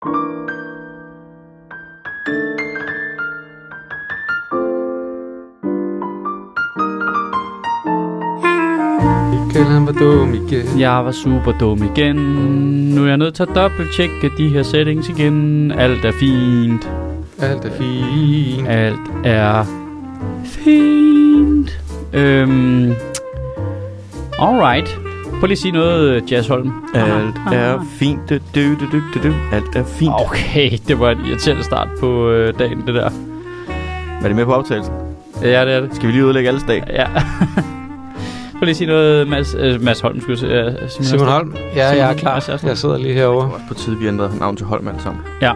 Han var dum igen. Jeg var super dum igen. Nu er jeg nødt til at dobbelttjekke de her settings igen. Alt er fint. Alt er fint. Alt er fint. Alright. Prøv lige at sige noget, Jazz Holm. Alt er fint. Alt er fint. Okay, det var en irriterende start på dagen, det der. Er det med på optagelsen? Ja, det er det. Skal vi lige udlægge alles dag? Ja. Prøv lige at sige noget, Mads Holm, skulle jeg sige. Simon Holm? Ja, jeg er klar. Jeg sidder lige herovre. Det var også på tide, vi ændrede navn til Holm alle sammen. Ja.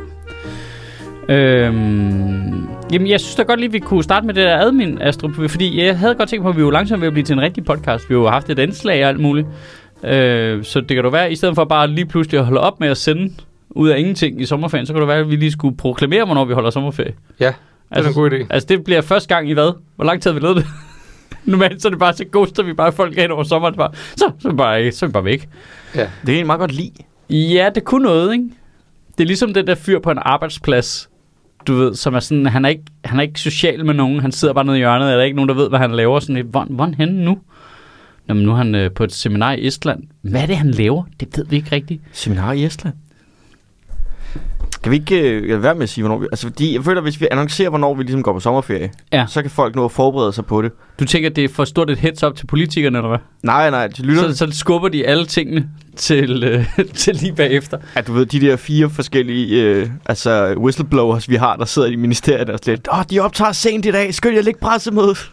Jamen, jeg synes da godt lige, vi kunne starte med det der admin, Astrup. Fordi jeg havde godt tænkt på, at vi var langsomt ved at blive til en rigtig podcast. Vi har jo haft et indslag og alt muligt. Så det kan jo være, i stedet for bare lige pludselig at holde op med at sende ud af ingenting i sommerferien, så kan det være, at vi lige skulle proklamere, hvornår vi holder sommerferie. Ja, det er en god idé. Altså, det bliver første gang i hvad? Hvor lang tid har vi lavet det? Normalt så er det bare, så ghoster vi bare folk hen over sommeren. Så er vi bare væk. Ja. Det er egentlig meget godt lide. Ja, det kunne noget, ikke? Det er ligesom den der fyr på en arbejdsplads, du ved, som er sådan, han er ikke social med nogen. Han sidder bare nede i hjørnet, og der er ikke nogen, der ved, hvad han laver. Sådan et, hvor henne nu? Nå, men nu er han på et seminar i Estland. Hvad er det, han laver? Det ved vi ikke rigtigt. Seminar i Estland? Kan vi ikke være med at sige, hvornår vi... Altså, fordi jeg føler, hvis vi annoncerer, hvornår vi ligesom går på sommerferie, ja, så kan folk nå at forberede sig på det. Du tænker, det er for stort et heads up til politikerne, eller hvad? Nej, til lytterne. Så skubber de alle tingene til lige bagefter. Ja, du ved, de der 4 forskellige whistleblowers, vi har, der sidder i ministeriet og slet. De optager sent i dag. Skyld jer lægge pressemødet.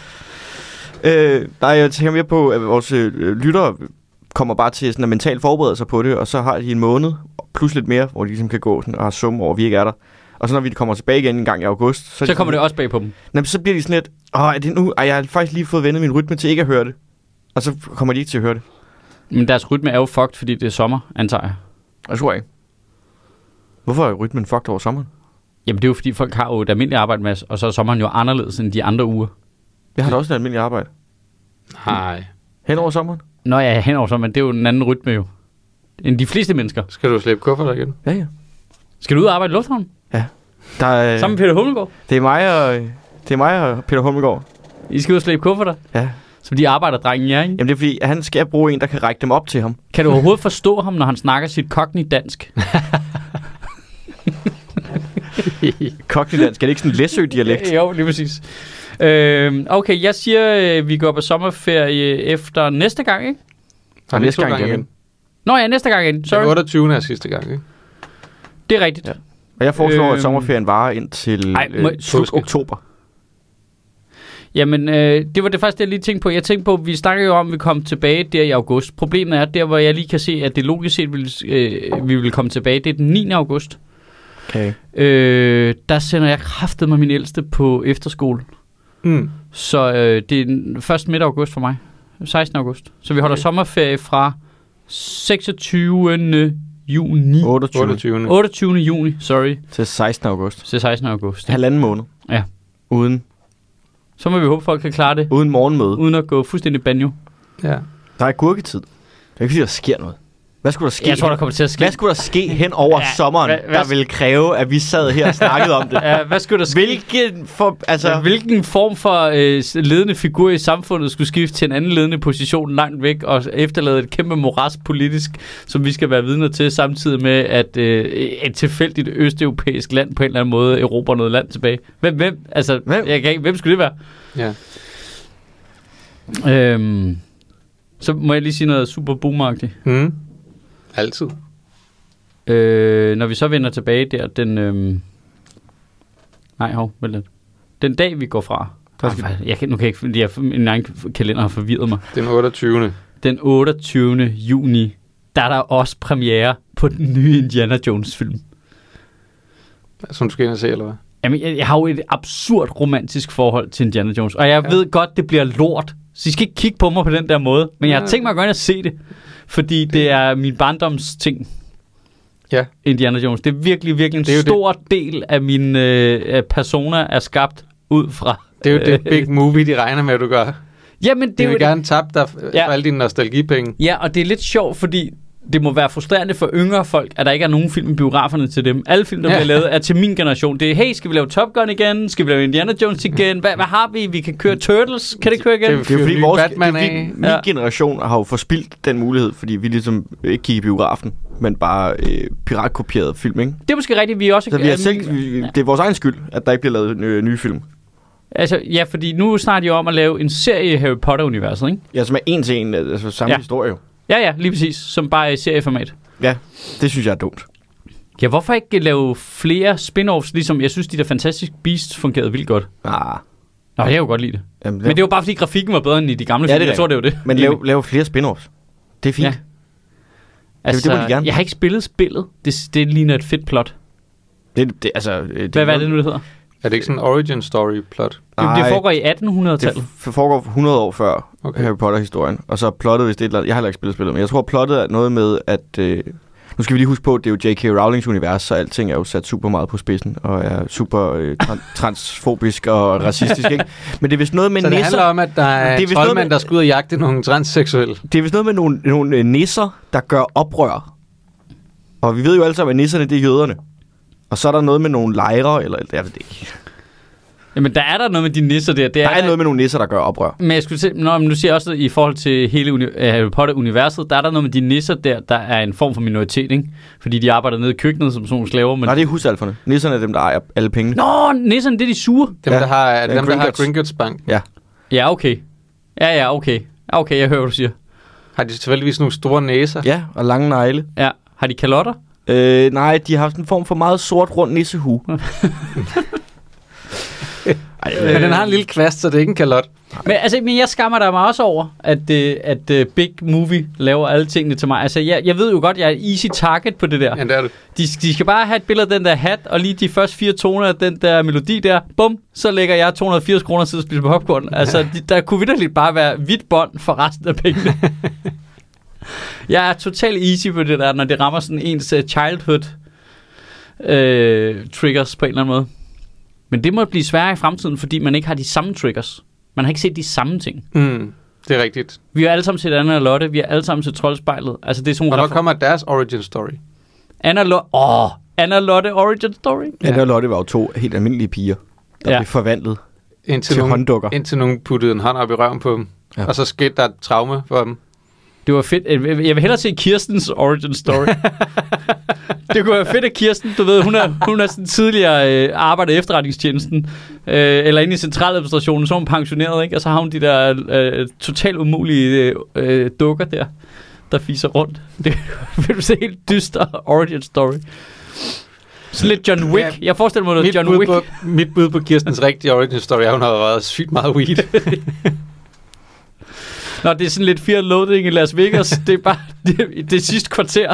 Jeg tænker mere på, at vores lyttere kommer bare til sådan at mentalt forberede sig på det, og så har de en måned, plus lidt mere, hvor de ligesom kan gå sådan og have sum over, vi ikke er der. Og så når vi kommer tilbage igen en gang i august... Så kommer det også bag på dem. Jamen, så bliver de sådan lidt... er det nu? Jeg har faktisk lige fået vendt min rytme til ikke at høre det. Og så kommer de ikke til at høre det. Men deres rytme er jo fucked, fordi det er sommer, antager jeg. Jeg tror ikke. Hvorfor er rytmen fucked over sommeren? Jamen, det er jo fordi, folk har jo et almindeligt arbejde med, og så er sommeren jo anderledes end de andre uger. Jeg har da også et almindeligt arbejde. Nej. Hen over sommeren? Nå ja, hen over sommeren. Det er jo en anden rytme jo. End de fleste mennesker. Skal du slæbe kufferter igen? Ja. Skal du ud og arbejde i lufthavnen? Ja. Sammen med Peter Hummelgaard? Det er mig og Peter Hummelgaard. I skal ud og slæbe kufferter? Ja. Som de arbejderdrenge, ja, ikke? Jamen det er fordi, han skal bruge en, der kan række dem op til ham. Kan du overhovedet forstå ham, når han snakker sit cockney-dansk? Cockney-dansk? Er det ikke sådan en Læsø-dialekt? Jo, lige præcis. Okay, jeg siger, vi går på sommerferie efter næste gang, ikke? Og næste gang igen. Nå ja, næste gang igen. Sorry. Den 28. er sidste gang, ikke? Det er rigtigt. Ja. Og jeg foreslår, at sommerferien varer indtil oktober. Jamen, det var det første, jeg lige tænkte på. Jeg tænkte på, vi snakker jo om, at vi kommer tilbage der i august. Problemet er, der hvor jeg lige kan se, at det logisk set, vi vil komme tilbage, det er den 9. august. Okay. Der sender jeg kraftedeme min ældste på efterskole. Så det er først midt august for mig. 16. august. Så vi holder sommerferie fra 26. juni. 28. juni, sorry. Til 16. august. Til 16. august. Halvanden måned. Ja. Uden. Så må vi håbe, folk kan klare det. Uden morgenmøde. Uden at gå fuldstændig banjo. Ja. Der er gurketid. Det er ikke fordi, der sker noget. Hvad skulle der ske? Jeg tror, der kommer til at ske. Hvad skulle der ske hen over sommeren, der ville kræve, at vi sad her og snakkede om det? Ja, hvad skulle der ske? Hvilken form for ledende figur i samfundet skulle skifte til en anden ledende position langt væk og efterlade et kæmpe moras politisk, som vi skal være vidner til, samtidig med, at et tilfældigt østeuropæisk land på en eller anden måde erobrer noget land tilbage? Hvem skulle det være? Ja. Så må jeg lige sige noget super boomagtigt. Altid. Når vi så vender tilbage der, den... Den dag, vi går fra. Min egen kalender har forvirret mig. Den 28. Den 28. juni, der er der også premiere på den nye Indiana Jones-film. Som du skal ind og se, eller hvad? Jamen, jeg har jo et absurd romantisk forhold til Indiana Jones, og jeg ved godt, det bliver lort. Så I skal ikke kigge på mig på den der måde. Men jeg har tænkt mig at gå ind og se det. Fordi det er min barndoms ting. Ja. Indiana Jones. Det er virkelig, virkelig en stor del af min persona er skabt ud fra. Det er jo det big movie, de regner med, at du gør. Jamen, det vil gerne tabe dig for alle dine nostalgipenge. Ja, og det er lidt sjovt, fordi det må være frustrerende for yngre folk, at der ikke er nogen film i biograferne til dem. Alle film, der bliver lavet, er til min generation. Det er, hey, skal vi lave Top Gun igen? Skal vi lave Indiana Jones igen? Hvad har vi? Vi kan køre Turtles. Kan det køre igen? Det er fordi min generation har jo forspildt den mulighed, fordi vi ligesom ikke gik i biografen, men bare piratkopieret film, ikke? Det er måske rigtigt, vi også... Så det er vores egen skyld, at der ikke bliver lavet nye film. Altså, ja, fordi nu snakker de om at lave en serie i Harry Potter-universet, ikke? Ja, som er en til en, altså samme historie jo. Ja, lige præcis. Som bare er i serieformat. Ja, det synes jeg er dumt. Ja, hvorfor ikke lave flere spin-offs, ligesom jeg synes, de der Fantastic Beasts fungerede vildt godt. Nå, jeg kan jo godt lide det. Jamen, men det var bare, fordi grafikken var bedre end i de gamle film. Jeg tror, det var det. Men lav flere spin-offs. Det er fint. Ja. Altså, det må de gerne. Jeg har ikke spillet spillet. Det ligner et fedt plot. Hvad er det nu, det hedder? Er det ikke sådan en origin story plot? Det foregår i 1800-tallet. Det foregår 100 år før Harry Potter-historien. Og så plottet, hvis det er et eller andet. Jeg har heller ikke spillet, men jeg tror, plottet er noget med, at... nu skal vi lige huske på, at det er jo J.K. Rowlings univers, så alting er jo sat super meget på spidsen, og er super transfobisk og racistisk, ikke? Men det er vist noget med så nisser... Så det handler om, at der er troldmænd, der skal ud og jagte nogle transseksuelle? Det er vist noget med nogle nisser, der gør oprør. Og vi ved jo alle sammen, at nisserne, det er jøderne. Og så er der noget med nogle lejre, eller jeg ved det ikke. Jamen, der er noget med de nisser der. Der er noget med nogle nisser, der gør oprør. Men jeg skulle se, nu siger jeg også, i forhold til hele Harry Potter-universet, der er noget med de nisser der er en form for minoritet, ikke? Fordi de arbejder nede i køkkenet som sådan nogle slaver. Men... Nej, det er husalferne. Nisserne er dem, der ejer alle pengene. Nå, nisserne, det er de sure. Dem, der har Gringotts Bank. Ja. Ja, okay. Ja, okay. Okay, jeg hører, hvad du siger. Har de tilfældigvis nogle store næser? Ja, og lange negle. Ja. Har de kalotter? Nej, de har haft en form for meget sort rund nissehue. Men den har en lille kvast, så det er ikke en kalot. Men jeg skammer dig mig også over, at Big Movie laver alle tingene til mig. Altså, jeg ved jo godt, jeg er easy target på det der. Ja, det er det. De skal bare have et billede af den der hat, og lige de første 4 toner af den der melodi der. Bum, så lægger jeg 280 kroner til at spise på popcorn. Altså, der kunne vitterligt bare være hvidt bånd for resten af pengene. Jeg er totalt easy på det der, når det rammer sådan ens childhood triggers på en eller anden måde. Men det må blive sværere i fremtiden, fordi man ikke har de samme triggers. Man har ikke set de samme ting. Det er rigtigt. Vi har alle sammen set Anna og Lotte. Vi har alle sammen set Troldspejlet. Altså, det er sådan og kommer deres origin story? Anna og Lotte origin story? Ja. Anna og Lotte var jo 2 helt almindelige piger, der blev forvandlet til hånddukker. Indtil nogen puttede en hånd op i røven på dem. Ja. Og så skete der et traume for dem. Det var fedt. Jeg vil hellere se Kirstens origin story. Det kunne være fedt, at Kirsten, du ved, hun er sådan tidligere arbejdet i efterretningstjenesten, eller inde i centraladministrationen, så er hun pensioneret, ikke? Og så har hun de der totalt umulige dukker der fiser rundt. Det vil du se helt dyster origin story. Så lidt John Wick. Ja, jeg forestiller mig noget John Wick. Mit bud på Kirstens rigtige origin story er, hun har været sygt meget weed. Nå, det er sådan lidt fear loading i Las Vegas. Det er bare det sidste kvarter.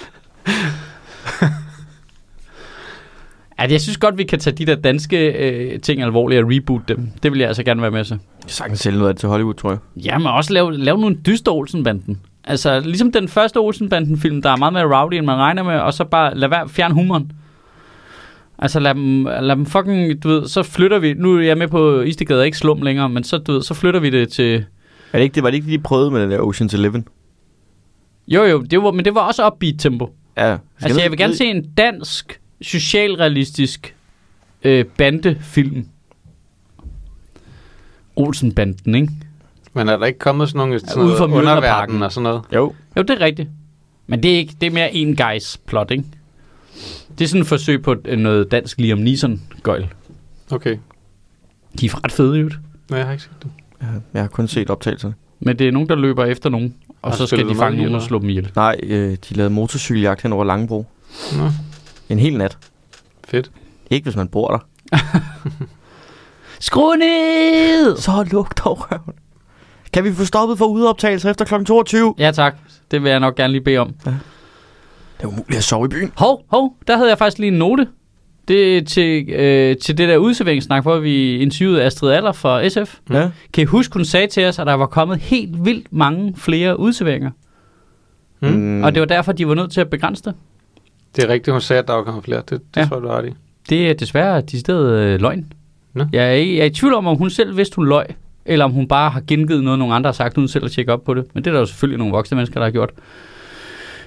Jeg synes godt, vi kan tage de der danske ting alvorligt og reboot dem. Det vil jeg altså gerne være med til. Jeg sagtens sælge noget af det til Hollywood, tror jeg. Ja, men også lave nogle dyster Olsenbanden. Altså, ligesom den første Olsenbanden-film, der er meget mere rowdy, end man regner med, og så bare lad være fjerne humoren. Altså, lad dem fucking, du ved, så flytter vi, nu er jeg med på Istegade, ikke slum længere, men så, du ved, så flytter vi det til... Var det ikke, de prøvede med den der Ocean's 11? Jo, men det var også upbeat tempo. Ja. Altså, jeg vil gerne se en dansk, socialrealistisk bandefilm. Olsenbanden, ikke? Men er der ikke kommet sådan nogle ude fra underverden og sådan noget? Jo, det er rigtigt. Men det er ikke, det er mere en guys plot, ikke? Det er sådan et forsøg på noget dansk Liam Neeson-gøjl. Okay. De er ret fede, jo. Nej, jeg har ikke set dem. Jeg har kun set optagelserne. Men det er nogen, der løber efter nogen, og så skal de fange nogen og slå dem ihjel. Nej, de lavede motorcykeljagt hen over Langebro. Nå. En hel nat. Fedt. Ikke hvis man bor der. Skru ned! Så luk dog røven. Kan vi få stoppet for udeoptagelser efter kl. 22? Ja tak, det vil jeg nok gerne lige bede om. Ja. Det er umuligt at sove i byen. Hov, der havde jeg faktisk lige en note. Det er til det der udserveringssnak, hvor vi interviewede Astrid Aller fra SF. Ja. Kan I huske, hun sagde til os, at der var kommet helt vildt mange flere udserveringer? Og det var derfor, de var nødt til at begrænse det. Det er rigtigt, hun sagde, at der var kommet flere. Det tror jeg, du har ret i. Det er desværre decideret løgn. Nå. Jeg er i tvivl om hun selv vidste, hun løg, eller om hun bare har gengivet noget, nogle andre har sagt, uden selv at tjekke op på det. Men det er der jo selvfølgelig nogle voksne mennesker, der har gjort.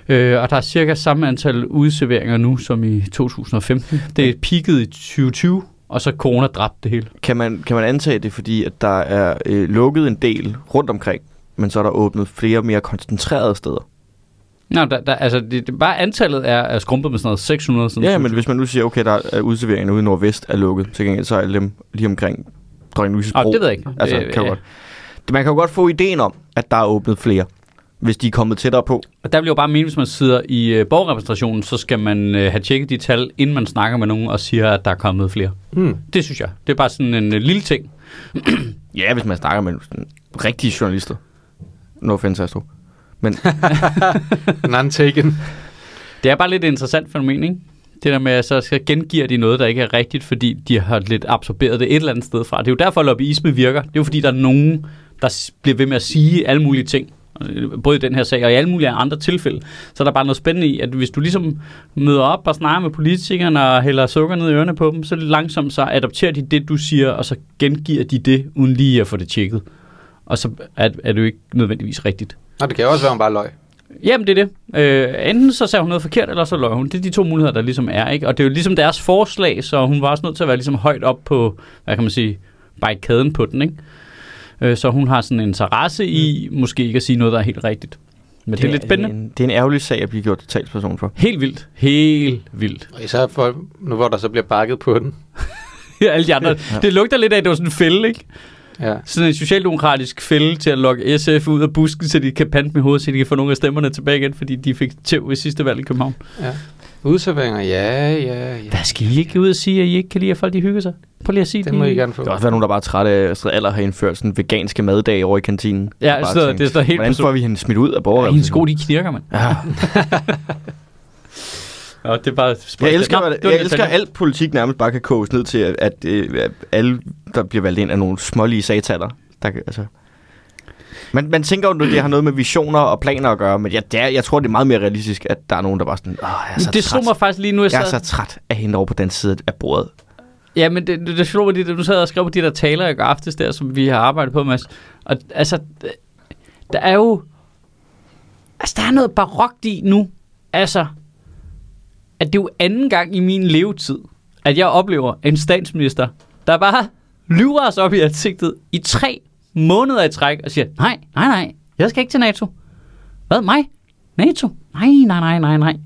Og der er cirka samme antal udserveringer nu, som i 2015. Det er peaket i 2020, og så corona dræbte det hele. Kan man antage det, fordi at der er lukket en del rundt omkring, men så er der åbnet flere mere koncentrerede steder? Nå, altså, det bare antallet er skrumpet med sådan noget 600. Sådan ja, men hvis man nu siger, okay, der er udserveringen ude i Nordvest er lukket, til gengæld så er dem lige omkring Dronning Louises Bro. Det ved jeg ikke. Altså, man kan jo godt få ideen om, at der er åbnet flere, hvis de er kommet tættere på. Og der vil jo bare mene, hvis man sidder i borgerrepræsentationen, så skal man have tjekket de tal, inden man snakker med nogen og siger, at der er kommet flere. Det synes jeg. Det er bare sådan en lille ting. Ja, hvis man snakker med rigtige journalister. No offense, Astro. Men none taken. Det er bare lidt et interessant fænomen, ikke? Det der med, at så gengiver de noget, der ikke er rigtigt, fordi de har lidt absorberet det et eller andet sted fra. Det er jo derfor, at lobbyisme virker. Det er jo fordi, der er nogen, der bliver ved med at sige alle mulige ting. Både i den her sag og i alle mulige andre tilfælde. Så er der bare noget spændende i, at hvis du ligesom møder op og snakker med politikerne og hælder sukker ned i ørerne på dem, så langsomt så adopterer de det, du siger, og så gengiver de det, uden lige at få det tjekket. Og så er det jo ikke nødvendigvis rigtigt. Og det kan jo også være, hun bare løg. Jamen, det er det. Enten så sagde hun noget forkert, eller så løg hun. Det er de to muligheder, der ligesom er, ikke? Og det er jo ligesom deres forslag, så hun var også nødt til at være ligesom højt op på, hvad kan man sige, barrikaden på den, ikke? Så hun har sådan en interesse i, måske ikke at sige noget, der er helt rigtigt. Men det er lidt spændende. Det er en ærgerlig sag at blive gjort til talsperson for. Helt vildt. Helt vildt. Og især for, nu hvor der så bliver bakket på den. Ja, alle de andre. Ja. Det lugter lidt af, at det var sådan en fælde, ikke? Ja. Sådan en socialdemokratisk fælde til at lokke SF ud af busken, så de kan pante med hovedet, så de kan få nogle af stemmerne tilbage igen, fordi de fik tæv i sidste valg i København. Ja. Udserveringer, ja. Hvad skal I ikke ud og sige, at I ikke kan lide, at folk de hygger sig? Prøv lige at sige det. Det må I gerne få. Der har også været nogen, der bare er trætte af, at Aller har indført sådan veganske maddage over i kantinen. Ja, det står helt. Hvordan får vi hende smidt ud af borgerrepræsentationen? Hendes sko, de knirker, mand. Ja. Og det er bare jeg elsker alt politik nærmest bare kan koges ned til, at alle, der bliver valgt ind, er nogle smålige sataner. Altså. Man tænker jo, at det har noget med visioner og planer at gøre, men jeg tror, det er meget mere realistisk, at der er nogen, der bare sådan, jeg er så det slog mig faktisk lige nu. Jeg er så træt af hende over på den side af bordet. Ja, men det slog mig lige, du sad og skrev på de der taler i går aftes der, som vi har arbejdet på, Mads. Og altså, der er jo, altså der er noget barokt i nu, altså, at det er jo anden gang i min levetid, at jeg oplever en statsminister, der bare lyver os op i ansigtet i 3 måneder i træk og siger, nej, jeg skal ikke til NATO. Hvad, mig? NATO? Nej.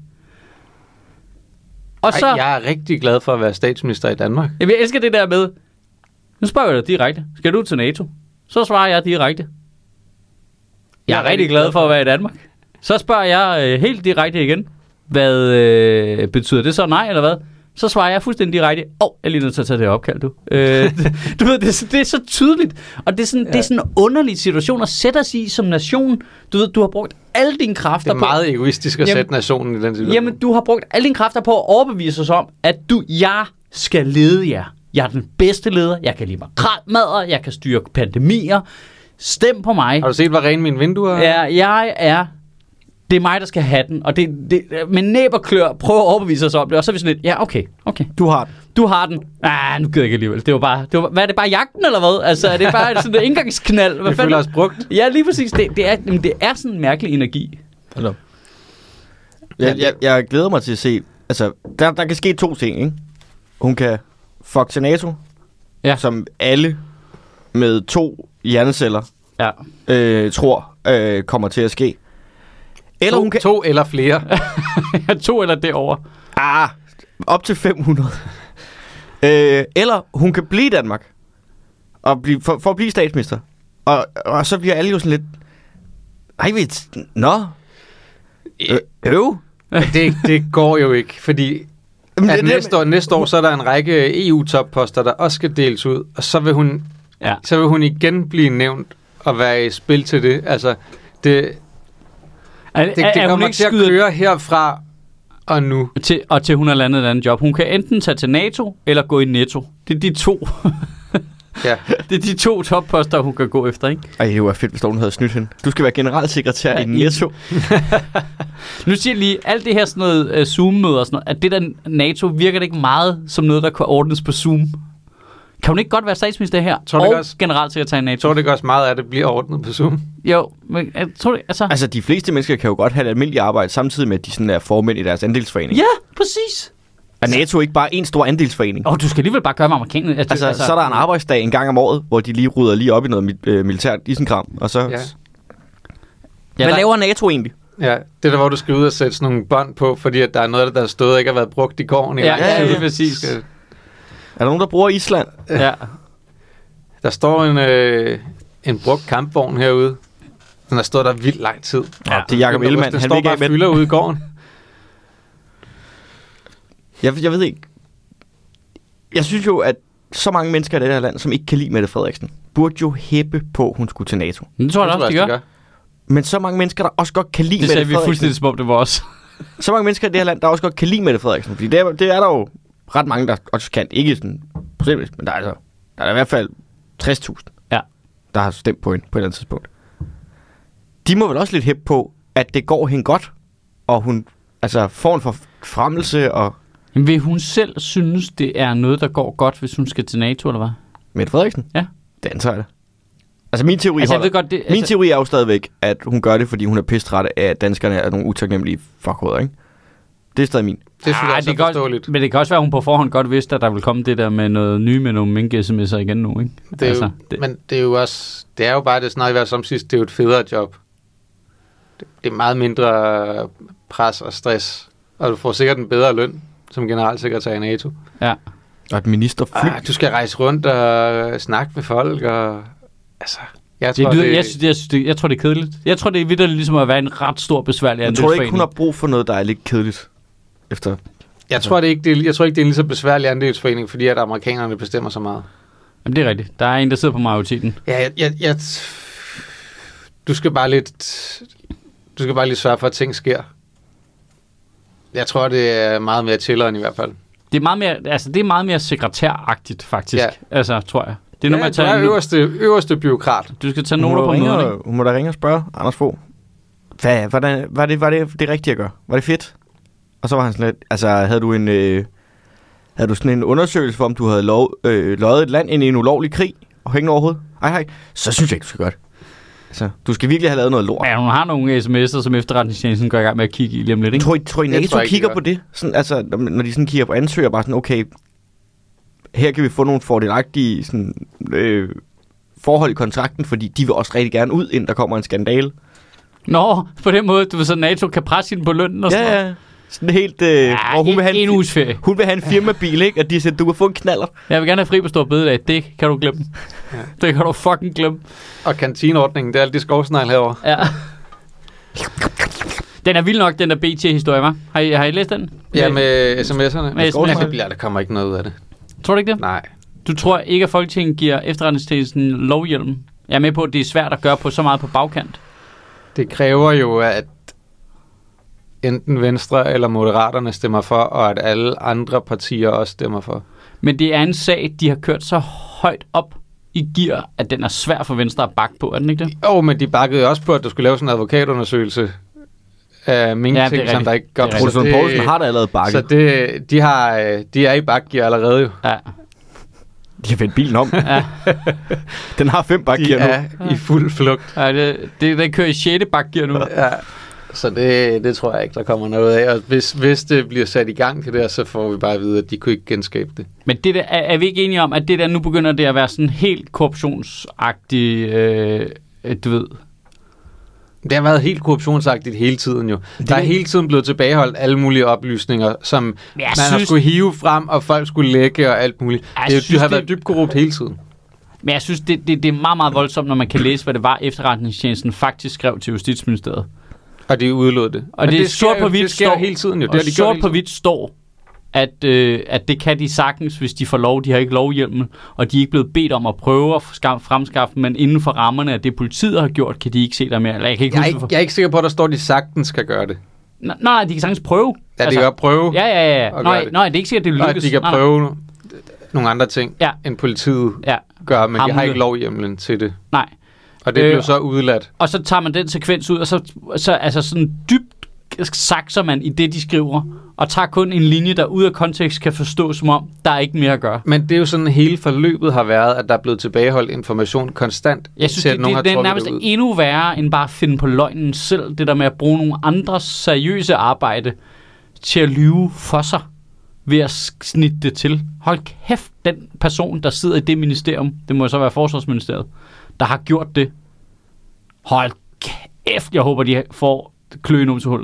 Og så, jeg er rigtig glad for at være statsminister i Danmark. Jeg elsker det der med, nu spørger jeg dig direkte, skal du til NATO? Så svarer jeg direkte. Jeg er rigtig glad for at være i Danmark. Så spørger jeg helt direkte igen, hvad betyder det så, nej eller hvad? Så svarer jeg fuldstændig direkte, jeg er lige nødt til at tage det opkald, du. Du ved, det er så tydeligt, og det er sådan, det er sådan en underlig situation at sætte os i som nation. Du ved, du har brugt alle dine kræfter på... Det er meget egoistisk at sætte nationen i den situation. Jamen, du har brugt alle dine kræfter på at overbevise os om, at jeg skal lede jer. Jeg er den bedste leder, jeg kan lide makrelmadder, jeg kan styre pandemier. Stem på mig. Har du set, hvor rene mine vinduer er? Ja, jeg er... Det er mig, der skal have den, og det med næb og klør prøver at overbevise os om det, og så er vi sådan lidt, ja, okay. Du har den. Nu gider jeg ikke alligevel. Det var hvad er det bare jagten, eller hvad? Altså, er det bare sådan en indgangsknald? Vi føler os brugt. Ja, lige præcis. Det er sådan en mærkelig energi. Hello. Jeg glæder mig til at se, altså, der kan ske 2 ting, ikke? Hun kan fuck til NATO, som alle med 2 hjerneceller tror kommer til at ske. Eller hun kan... 2 eller flere. 2 eller derovre. Op til 500. Eller hun kan blive i Danmark. Og for at blive statsminister. Og så bliver alle jo sådan lidt... Det går jo ikke, fordi at næste år så er der en række EU-toppposter, der også skal deles ud. Og så vil hun igen blive nævnt og være i spil til det. Altså, det kommer til at køre herfra og nu. Til hun har landet et andet job. Hun kan enten tage til NATO, eller gå i Netto. Det er de 2. Ja. Det er de 2 topposter, hun kan gå efter, ikke? Det var fedt, hvis hun havde snydt hende. Du skal være generalsekretær i Netto. Nu siger jeg lige, alt det her sådan noget Zoom-møder og sådan noget, at det der NATO virker det ikke meget som noget, der kan ordnes på Zoom. Kan hun ikke godt være statsminister her? Og generalsekretær i NATO? Jeg tror det også meget af det bliver ordnet på Zoom. Jo, men jeg tror det, altså de fleste mennesker kan jo godt have et almindeligt arbejde, samtidig med, at de sådan er formænd i deres andelsforening. Ja, præcis. Er NATO ikke bare en stor andelsforening? Du skal alligevel bare gøre med amerikanerne. Altså, så er der en arbejdsdag en gang om året, hvor de lige rydder lige op i noget militært isenkram, og så... Ja. Hvad laver NATO egentlig? Ja, det er der, hvor du skal ud og sætte sådan nogle bånd på, fordi at der er noget, der har stået og ikke har været brugt i gården. Ja, det er præcis. Er der nogen, der bruger Island? Ja. Der står en brugt kampvogn herude. Den har stået der vildt lang tid. Ja, det er Jacob Ellemann. Han står bare og fylder ude i gården. Jeg ved ikke. Jeg synes jo, at så mange mennesker i det her land, som ikke kan lide Mette Frederiksen, burde jo hæppe på, at hun skulle til NATO. Det tror jeg også, de gør. Men så mange mennesker, der også godt kan lide Mette Frederiksen. Det sagde vi fuldstændig som om det var os. Så mange mennesker i det her land, der også godt kan lide Mette Frederiksen. Fordi det er der jo ret mange, der også kan. Ikke sådan procentvis, men der er i hvert fald 60.000, der har stemt på hende på et eller andet tidspunkt. De må vel også lidt hæppe på, at det går hende godt, og hun får en forfremmelse. Og men vil hun selv synes, det er noget, der går godt, hvis hun skal til NATO, eller hvad? Mette Frederiksen? Ja. Det antager jeg. Altså min teori er jo stadigvæk, at hun gør det, fordi hun er pisstræt af, at danskerne er nogle utaknemmelige fuckhoveder, ikke? Det er stadig min. Det synes jeg er forståeligt. Men det kan også være, at hun på forhånd godt vidste, at der vil komme det der med noget nye med nogle mink-sms'er igen nu, ikke? Men det er jo også... Det er jo bare det snart i hvert som sidst. Det er jo et federe job. Det er meget mindre pres og stress. Og du får sikkert en bedre løn som generalsekretær i NATO. Ja. Og et ministerfly. Du skal rejse rundt og snakke med folk og... Altså... Jeg tror, det er kedeligt. Jeg tror, det er vitterligt ligesom at være en ret stor besværlig andelsforening. Jeg tror ikke, hun har brug for noget, der er lidt kedeligt. Efter. Jeg tror ikke, det er en lige så besværlig andelsforening, fordi at amerikanerne bestemmer så meget. Jamen, det er rigtigt. Der er en, der sidder på majoriteten. Ja, du skal bare lidt sørge for, at ting sker. Jeg tror, det er meget mere chilleren i hvert fald. Det er meget mere sekretæragtigt, faktisk. Ja. Altså, tror jeg. Det er noget, du er øverste byråkrat. Du skal tage noter på møderne. Hun må da ringe og spørge Anders Fogh. Var det rigtigt at gøre? Var det fedt? Og så var han sådan lidt, altså havde du sådan en undersøgelse for, om du havde løjet et land ind i en ulovlig krig og hængende overhovedet? Hej. Så synes jeg ikke, du skal gøre det. Altså, du skal virkelig have lavet noget lort. Ja, hun har nogle sms'er, som efterretningstjenesten går i gang med at kigge i lige om lidt, ikke? Tror I NATO kigger på det? Sådan, altså, når de sådan kigger på ansøger, bare sådan, okay, her kan vi få nogle fordelagtige sådan, forhold i kontrakten, fordi de vil også rigtig gerne ud, inden der kommer en skandale. Nå, på den måde, du ved så, NATO kan presse hende på lønnen og sådan noget. Ja. Sådan helt... hvor hun vil have en uges ferie. Hun vil have en firmabil, ikke? Og de siger, du kan få en knaller. Jeg vil gerne have fri på Store Bededag. Det kan du glemme. Ja. Det kan du fucking glemme. Og kantineordningen, det er alt de skovsnegl herovre. Ja. Den er vild nok, den der BT-historie, hva'? Har I læst den? Ja, med sms'erne. Med sms'erne. Der kommer ikke noget ud af det. Tror du ikke det? Nej. Du tror ikke, at Folketinget giver efterretningstjenesten lovhjelm? Jeg er med på, at det er svært at gøre på så meget på bagkant. Det kræver jo, at enten Venstre eller Moderaterne stemmer for, og at alle andre partier også stemmer for. Men det er en sag, de har kørt så højt op i gear, at den er svær for Venstre at bakke på, er den ikke det? Jo, men de bakkede også på, at der skulle lave sådan en advokatundersøgelse af ting, som der ikke gør. Professor Poulsen har da allerede bakket. Så de er i bakgear allerede jo. Ja. De har vendt bilen om. Ja. Den har 5 bakgear nu. De er i fuld flugt. Ja, den kører i 6. bakgear nu. Ja. Så det tror jeg ikke, der kommer noget af. Og hvis det bliver sat i gang til det, så får vi bare at vide, at de kunne ikke genskabe det. Men det der, er vi ikke enige om, at det der nu begynder det at være sådan helt korruptionsagtigt, du ved? Det har været helt korruptionsagtigt hele tiden jo. Der er hele tiden blevet tilbageholdt alle mulige oplysninger, som man har skulle hive frem, og folk skulle lægge og alt muligt. Det har været dybt korrupt hele tiden. Men jeg synes, det er meget, meget voldsomt, når man kan læse, hvad det var, efterretningstjenesten faktisk skrev til Justitsministeriet. Og de udlod det. Og det sort på hvidt står hele tiden jo. Og sort på hvidt står, at det kan de sagtens, hvis de får lov. De har ikke lovhjelmen, og de er ikke blevet bedt om at prøve at fremskaffe, men inden for rammerne af det, politiet har gjort, kan de ikke se der mere. Eller jeg er ikke sikker på, at der står, at de sagtens skal gøre det. Nej, de kan sagtens prøve. Ja, de kan prøve. Ja. Nej, det er ikke sikkert, at det lykkes. De kan prøve nogle andre ting, end politiet gør, men de har ikke lovhjemlen til det. Nej. Og det blev så udladt. Og så tager man den sekvens ud, og så altså sådan dybt sakser man i det, de skriver, og tager kun en linje, der ud af kontekst kan forstås som om, der er ikke mere at gøre. Men det er jo sådan, hele forløbet har været, at der er blevet tilbageholdt information konstant. Jeg synes, det er nærmest endnu værre, end bare at finde på løgnen selv. Det der med at bruge nogle andres seriøse arbejde til at lyve for sig ved at snitte det til. Hold kæft, den person, der sidder i det ministerium, det må så være Forsvarsministeriet, der har gjort det. Hold kæft, jeg håber, de får kløen om til hullet.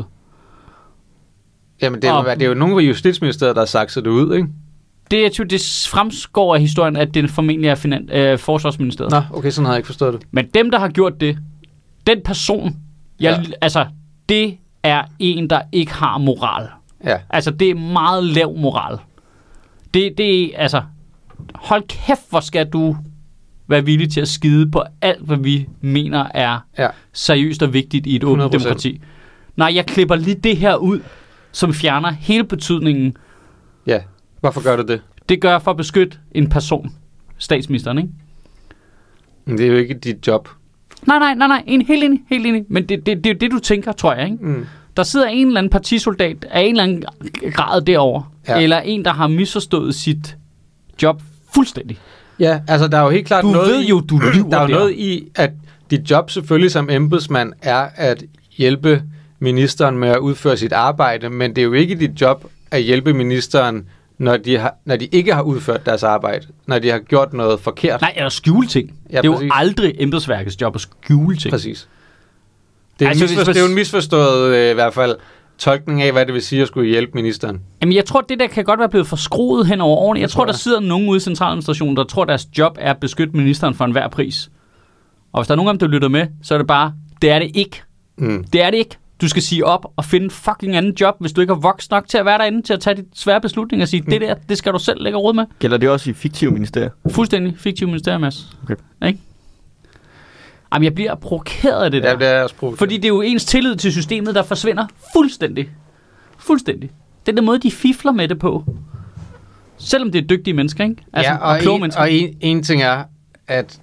Jamen, det er jo nogen ved Justitsministeriet, der har sagt det ud, ikke? Det fremgår af historien, at det formentlig er Forsvarsministeriet. Nå, okay, sådan har jeg ikke forstået det. Men dem, der har gjort det, den person, altså, det er en, der ikke har moral. Ja. Altså, det er meget lav moral. Det er, altså, hold kæft, hvor skal du være villig til at skide på alt, hvad vi mener er seriøst og vigtigt i et åbent demokrati. Nej, jeg klipper lige det her ud, som fjerner hele betydningen. Ja, hvorfor gør du det? Det gør jeg for at beskytte en person. Statsministeren, ikke? Men det er jo ikke dit job. Nej. Helt enig. Men det er jo det, du tænker, tror jeg, ikke? Mm. Der sidder en eller anden partisoldat af en eller anden grad derovre. Ja. Eller en, der har misforstået sit job fuldstændig. Ja, altså der er jo helt klart du ved jo, du lyver der er jo noget i, at dit job selvfølgelig som embedsmand er at hjælpe ministeren med at udføre sit arbejde, men det er jo ikke dit job at hjælpe ministeren, når de ikke har udført deres arbejde, når de har gjort noget forkert. Nej, eller skjule ting. Ja, det er jo aldrig embedsværkets job at skjule ting. Præcis. Det er jo en misforstået i hvert fald tolkning af, hvad det vil sige at skulle hjælpe ministeren. Jamen, jeg tror, det der kan godt være blevet forskruet hen over årene. Jeg tror, der sidder nogen ude i centraladministrationen, der tror, deres job er at beskytte ministeren for enhver pris. Og hvis der er nogen af dem, der lytter med, så er det bare, det er det ikke. Mm. Det er det ikke. Du skal sige op og finde fucking anden job, hvis du ikke har vokset nok til at være derinde, til at tage de svære beslutninger og sige, det der, det skal du selv lægge råd med. Gælder det også i fiktive ministerier? Fuldstændig fiktive ministerier, Mads. Okay. Ikke? Jamen, jeg bliver provokeret af det der. Ja, det er også provokeret. Fordi det er jo ens tillid til systemet, der forsvinder fuldstændig. Fuldstændig. Det er den måde, de fifler med det på. Selvom det er dygtige mennesker, ikke? Altså, ja, og kloge mennesker. Og en ting er, at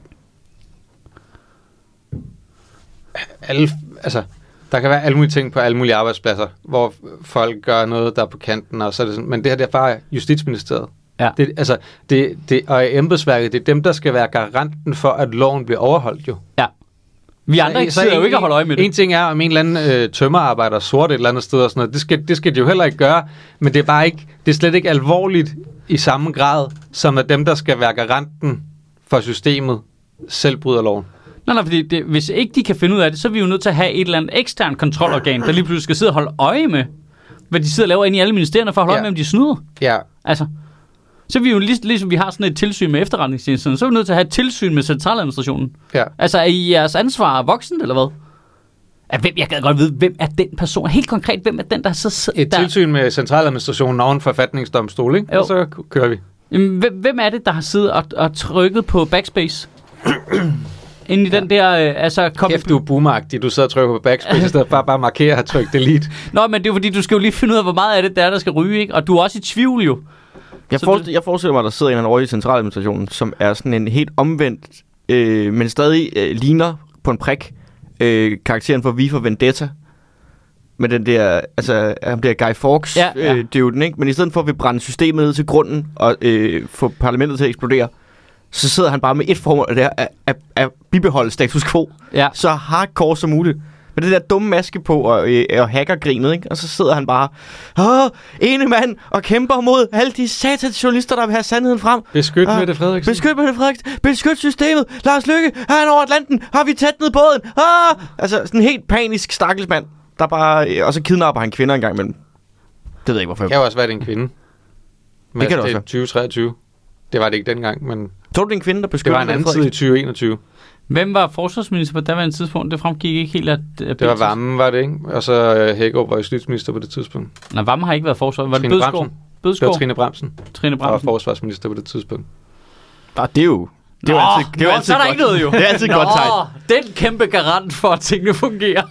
der kan være alle mulige ting på alle mulige arbejdspladser, hvor folk gør noget, der er på kanten, og så er det sådan, men det her, det er bare Justitsministeriet. Ja. Og embedsværket, det er dem, der skal være garanten for, at loven bliver overholdt jo. Ja. Vi andre sidder jo ikke at holde øje med det. En ting er, om en eller anden tømmerarbejder sort et eller andet sted og sådan noget. Det skal de jo heller ikke gøre, men det er bare ikke, det er slet ikke alvorligt i samme grad, som at dem, der skal være garanten for systemet, selv bryder loven. Nej, fordi hvis ikke de kan finde ud af det, så er vi jo nødt til at have et eller andet ekstern kontrolorgan, der lige pludselig skal sidde og holde øje med, hvad de sidder og laver inde i alle ministerierne, for at holde øje med, om de snyder. Ja. Altså, så er vi jo ligesom vi har sådan et tilsyn med efterretningstjenesterne, så er vi nødt til at have et tilsyn med centraladministrationen. Ja. Altså, er I jeres ansvar voksen, eller hvad? Jeg kan godt vide, hvem er den person? Helt konkret, hvem er den, der så... Et tilsyn med centraladministrationen og en forfatningsdomstol, ikke? Jo. Og så kører vi. Jamen, hvem er det, der har siddet og trykket på backspace? Inden i den der... Kæft, du er boomeragtig. Du sidder og trykker på backspace, i stedet for bare markere og har trykt delete. Nå, men det er jo fordi, du skal jo lige finde ud af, hvor meget af det der skal ryge, ikke? Og du er også i tvivl jo. Jeg forestiller mig, at der sidder en eller anden over i centraladministrationen, som er sådan en helt omvendt, men stadig ligner på en prik karakteren for V for Vendetta. Med den der, altså, han bliver Guy Fawkes, det er jo den, ikke? Men i stedet for at vi brænde systemet ned til grunden og få parlamentet til at eksplodere, så sidder han bare med et formål, og det er at bibeholde status quo. Ja. Så hardcore som muligt. Med det der dumme maske på og hackergrinet, ikke? Og så sidder han bare, ene mand, og kæmper mod alle de satans journalister, der vil have sandheden frem. Beskyt Mette Frederiksen. Beskyt Mette Frederiksen. Beskyt systemet. Lars Løkke, han over Atlanten. Har vi tætnet båden? Altså sådan en helt panisk stakkelsmand, der bare, og så kidnapper han kvinder engang imellem. Det ved jeg ikke, hvorfor. Det kan jo også være, det er en kvinde. Men det kan det også være. 2023. Det var det ikke dengang, men... Tror du, det er en kvinde, der beskytter? Det var en anden tid i 2021. Hvem var forsvarsminister på daværende tidspunkt? Det fremgik ikke helt, at... Det var Vammen, var det ikke? Og så Hækkerup var justitsminister på det tidspunkt. Nej, Vammen har ikke været forsvarsminister. Var det Bødskov? Det var Trine Bramsen. Trine Bramsen. Og forsvarsminister på det tidspunkt. Det er jo... Det er jo altid så er der ikke noget jo. Det er altid godt tegn. Den kæmpe garant for, at tingene fungerer.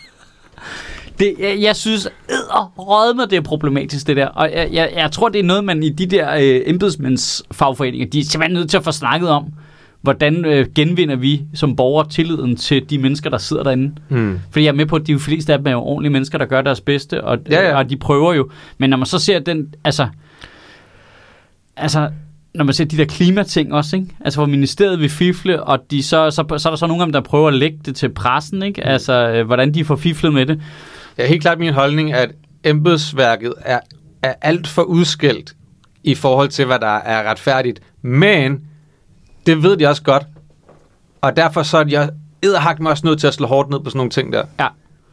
Jeg synes, det er problematisk, det der. Og jeg tror, det er noget, man i de der embedsmænds fagforeninger, de er simpelthen nødt til at få snakket om. hvordan genvinder vi som borgere tilliden til de mennesker, der sidder derinde? Fordi jeg er med på, at de fleste af dem er jo ordentlige mennesker, der gør deres bedste, og de prøver jo. Men når man så ser den, altså når man ser de der klimating også, ikke? Altså hvor ministeriet vil fifle, og så er der så nogle af dem, der prøver at lægge det til pressen, ikke? Altså hvordan de får fiflet med det. Ja, helt klart min holdning, at embedsværket er alt for udskældt i forhold til, hvad der er retfærdigt. Men det ved de også godt, og derfor så er de edderhakt også nødt til at slå hårdt ned på sådan nogle ting der. Ja.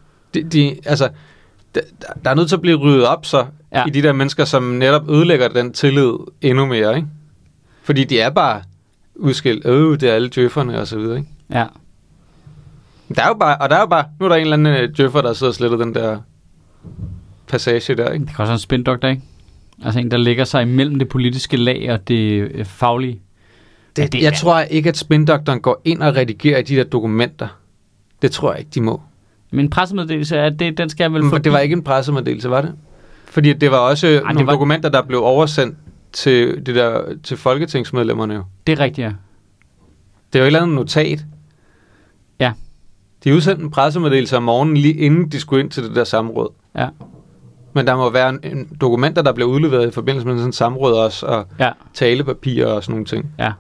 Der er nødt til at blive ryddet op så i de der mennesker, som netop ødelægger den tillid endnu mere, ikke? Fordi de er bare udskilt. Det er alle djøfferne og så videre, ikke? Ja. Der er jo bare, nu er der en eller anden djøffer, der sidder og sletter den der passage der, ikke? Det kan også være en spindoktor, ikke? Altså en, der lægger sig imellem det politiske lag og det faglige. Jeg tror ikke, at spindoktoren går ind og redigerer i de der dokumenter. Det tror jeg ikke, de må. Men en pressemeddelelse, den skal vel forbi? Det var ikke en pressemeddelelse, var det? Fordi det var også nogle dokumenter, der blev oversendt til folketingsmedlemmerne jo. Det er rigtigt, ja. Det er jo et eller andet notat. Ja. De udsendte en pressemeddelelse om morgenen, lige inden de skulle ind til det der samråd. Ja. Men der må være dokumenter, der bliver udleveret i forbindelse med sådan et samråd også, og talepapirer og sådan nogle ting. Ja.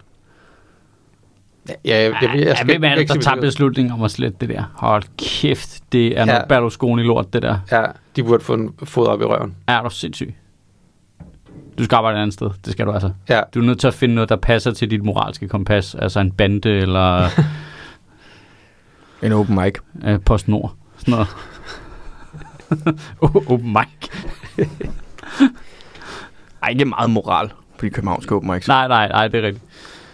Hvem er det, der tager beslutning om at slette det der? Hold kæft, det er noget Berlusconi-lort, det der. Ja, de burde få en fod op i røven. Ja, du er sindssyg. Du skal arbejde et andet sted, det skal du altså. Ja. Du er nødt til at finde noget, der passer til dit moralske kompas, altså en bande eller... en open mic. PostNord, sådan noget. Open mic. Ej, ikke meget moral på de københavnske open mics. Nej, det er rigtigt.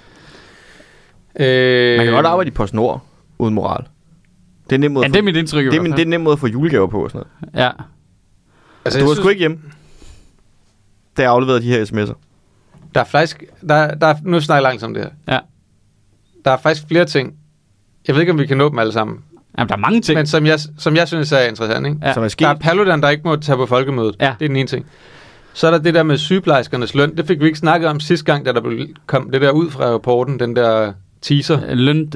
Man kan godt arbejde i PostNord uden moral. Det er nem måde det er mit indtryk. Det er nem måde at få julegaver på og sådan noget. Ja. Altså, du var sgu ikke hjemme, da jeg afleverede de her sms'er. Der er faktisk... nu snakker jeg langsomt det her. Ja. Der er faktisk flere ting. Jeg ved ikke, om vi kan nå dem alle sammen. Jamen, der er mange ting. Men som jeg synes er interessant, ikke? Ja. Som er sket. Der er Paludan, der ikke må tage på folkemødet. Ja. Det er den ene ting. Så er der det der med sygeplejerskernes løn. Det fik vi ikke snakket om sidste gang, da der kom det der ud fra rapporten, den der teaser.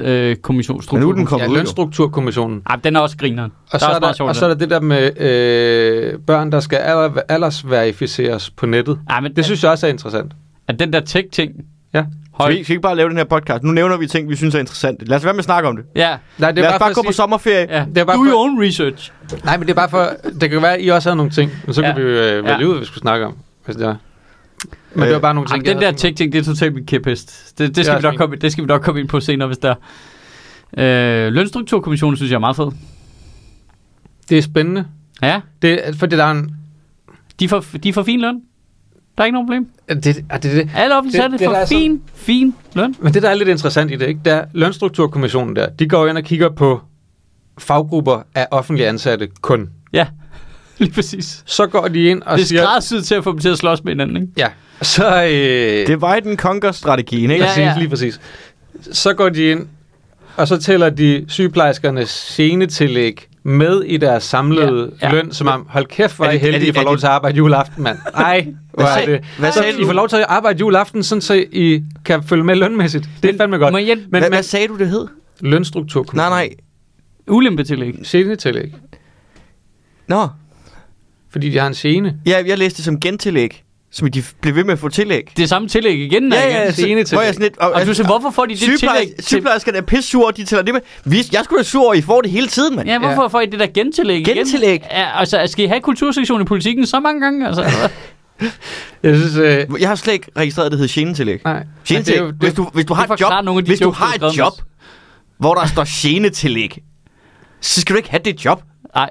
Lønstrukturkommissionen. Ja, den er også grineren. Og så er der det der med børn, der skal aldersverificeres på nettet. Ja, men det synes jeg også er interessant. At den der tech-ting... Ja. Skal vi ikke bare lave den her podcast? Nu nævner vi ting, vi synes er interessant. Lad os være med at snakke om det. Ja. Nej, det er lad os bare gå på sommerferie. Ja. Det er bare do your own research. Nej, men det er bare for... Det kan være, at I også har nogle ting. Men så kan vi vælge ud, vi skulle snakke om. Hvis det er. Men det var bare nogle ting, den der tech-ting, det er totalt mit kæphest. Det skal vi nok komme ind på senere, hvis der Lønstrukturkommissionen synes jeg er meget fed. Det er spændende. Ja. Fordi der er en... De får fin løn. Der er ikke nogen problem. Det. Alle offentlige ansatte får fin løn. Men det, der er lidt interessant i det, ikke? Der Lønstrukturkommissionen der, de går ind og kigger på faggrupper af offentlige ansatte kun. Ja, lige præcis. Så går de ind og siger... Det er skræddersyet til at få dem til at slås med hinanden, ikke? Ja. Så... Divide and conquer-strategien, ikke? Ja. Lige præcis. Så går de ind, og så tæller de sygeplejerskernes senetillæg med i deres samlede løn, som om, hold kæft, hvor er I heldige, I får lov til at arbejde juleaften, mand. Ej, hvor er det. I får lov til at arbejde juleaften, sådan så I kan følge med lønmæssigt. Det er fandme godt. Men hvad sagde du, det hed? Lønstrukturkommission. Nej. Ulempetillæg. Senetillæg. Nå. Fordi de har en sene. Ja, jeg læste det som gentillæg. Som de blev ved med at få tillæg. Det er samme tillæg igen. Ja, senetillæg. Og du siger, hvorfor får de det tillæg? Sygeplejerskerne er pissure, de tæller det med. Jeg skulle da sur, og I får det hele tiden, mand. Ja, hvorfor får I det der gentillæg igen? Gentillæg? Altså, skal I have kultursektion i politikken så mange gange? Altså, jeg synes... Jeg har slet ikke registreret, at det hedder genetillæg. Nej. Genetillæg. Hvis du har et job, hvor der står genetillæg, så skal du ikke have det job. Nej.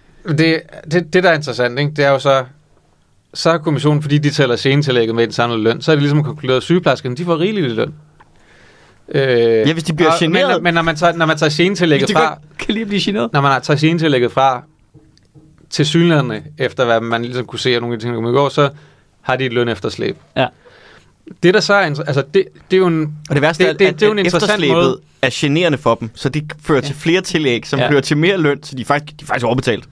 Det der er interessant, ikke? Det er jo så er kommissionen, fordi de tæller senetillægget med den samlede løn, så er det ligesom konkluderet, at sygeplejerskerne, de får rigeligt i løn. Ja, hvis de bliver generet. Men når man tager senetillægget fra... Kan lige blive generet. Når man tager senetillægget fra til synlæderne, efter hvad man ligesom kunne se af nogle af de ting, der kom i går, så har de et løn efterslæb. Ja. Det der så er... Altså, det er jo en... Og det værste er, det er jo en interessant måde. Er generende for dem, så det fører til flere tillæg, som fører til mere løn, så de er faktisk overbetalt.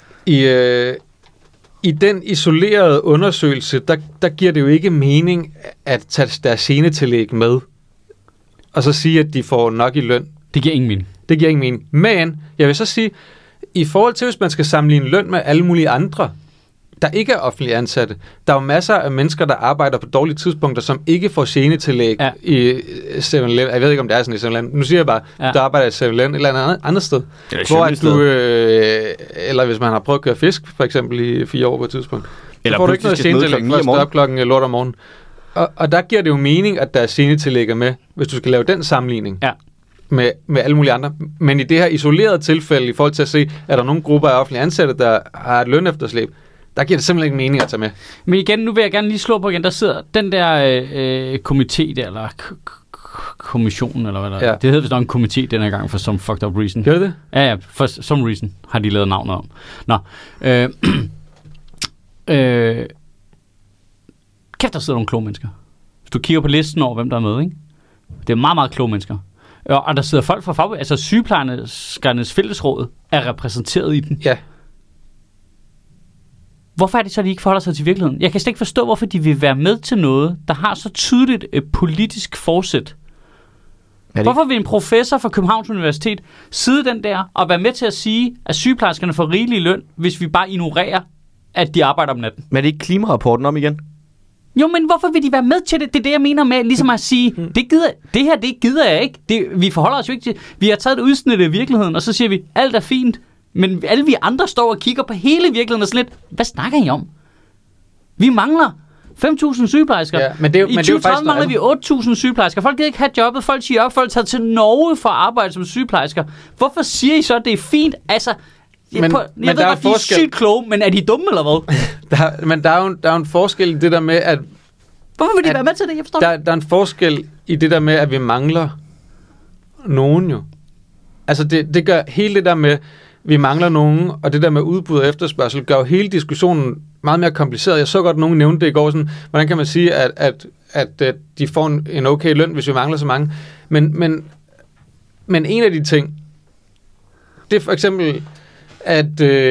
I den isolerede undersøgelse, der giver det jo ikke mening at tage deres senetillæg med. og så sige, at de får nok i løn. Det giver ingen mening. Det giver ingen mening. Men jeg vil så sige, i forhold til, hvis man skal sammenligne løn med alle mulige andre, der ikke er offentlige ansatte. Der er jo masser af mennesker, der arbejder på dårlige tidspunkter, som ikke får genetillæg i 7-Eleven. Jeg ved ikke, om det er sådan i 7-Eleven. Nu siger jeg bare, der arbejder i 7-Eleven eller andet sted. Hvor at du, eller hvis man har prøvet at køre fisk, for eksempel i 4 år på et tidspunkt. Eller så får du ikke noget genetillæg for at stå op klokken lort om morgenen. Og der giver det jo mening, at der er genetillæg med, hvis du skal lave den sammenligning. Ja. Med alle mulige andre. Men i det her isolerede tilfælde, i forhold til at se, er der nogle grupper af offentlige ansatte, der har et lønefterslæb, der giver det simpelthen ikke mening at tage med. Men igen, nu vil jeg gerne lige slå på igen. Der sidder den der komité der, eller kommission, eller hvad der er. Det hedder vist nok en komité denne gang for some fucked up reason. Gør det? Ja, for some reason har de lavet navnet om. Nå. Kæft, der sidder nogle kloge mennesker. Hvis du kigger på listen over, hvem der er med, ikke? Det er meget, meget kloge mennesker. Og der sidder folk fra fagbevægelsen, altså sygeplejerskernes fællesråd er repræsenteret i den. Ja. Hvorfor er det så, de ikke forholder sig til virkeligheden? Jeg kan slet ikke forstå, hvorfor de vil være med til noget, der har så tydeligt et politisk forsæt. Hvorfor vil en professor fra Københavns Universitet sidde den der og være med til at sige, at sygeplejerskerne får rigelig løn, hvis vi bare ignorerer, at de arbejder om natten? Men er det ikke klimarapporten om igen? Jo, men hvorfor vil de være med til det? Det er det, jeg mener med ligesom at sige, det gider jeg ikke. Vi forholder os jo ikke til. Vi har taget et udsnit af virkeligheden, og så siger vi, alt er fint. Men alle vi andre står og kigger på hele virkeligheden og sådan lidt, hvad snakker I om? Vi mangler 5.000 sygeplejersker. Ja, men det er jo, I 2030 mangler vi 8.000 sygeplejersker. Folk gider ikke have jobbet, folk siger op, folk tager til Norge for at arbejde som sygeplejersker. Hvorfor siger I så, at det er fint? Altså, jeg ved godt, de er sygt kloge, men er de dumme eller hvad? Men der er jo en forskel i det der med, at... Hvorfor vil de være med til det? Jeg forstår der er en forskel i det der med, at vi mangler nogen jo. Altså, det gør hele det der med, vi mangler nogen, og det der med udbud og efterspørgsel, gør jo hele diskussionen meget mere kompliceret. Jeg så godt, at nogen nævnte det i går, sådan, hvordan kan man sige, at de får en okay løn, hvis vi mangler så mange. Men en af de ting, det er for eksempel, at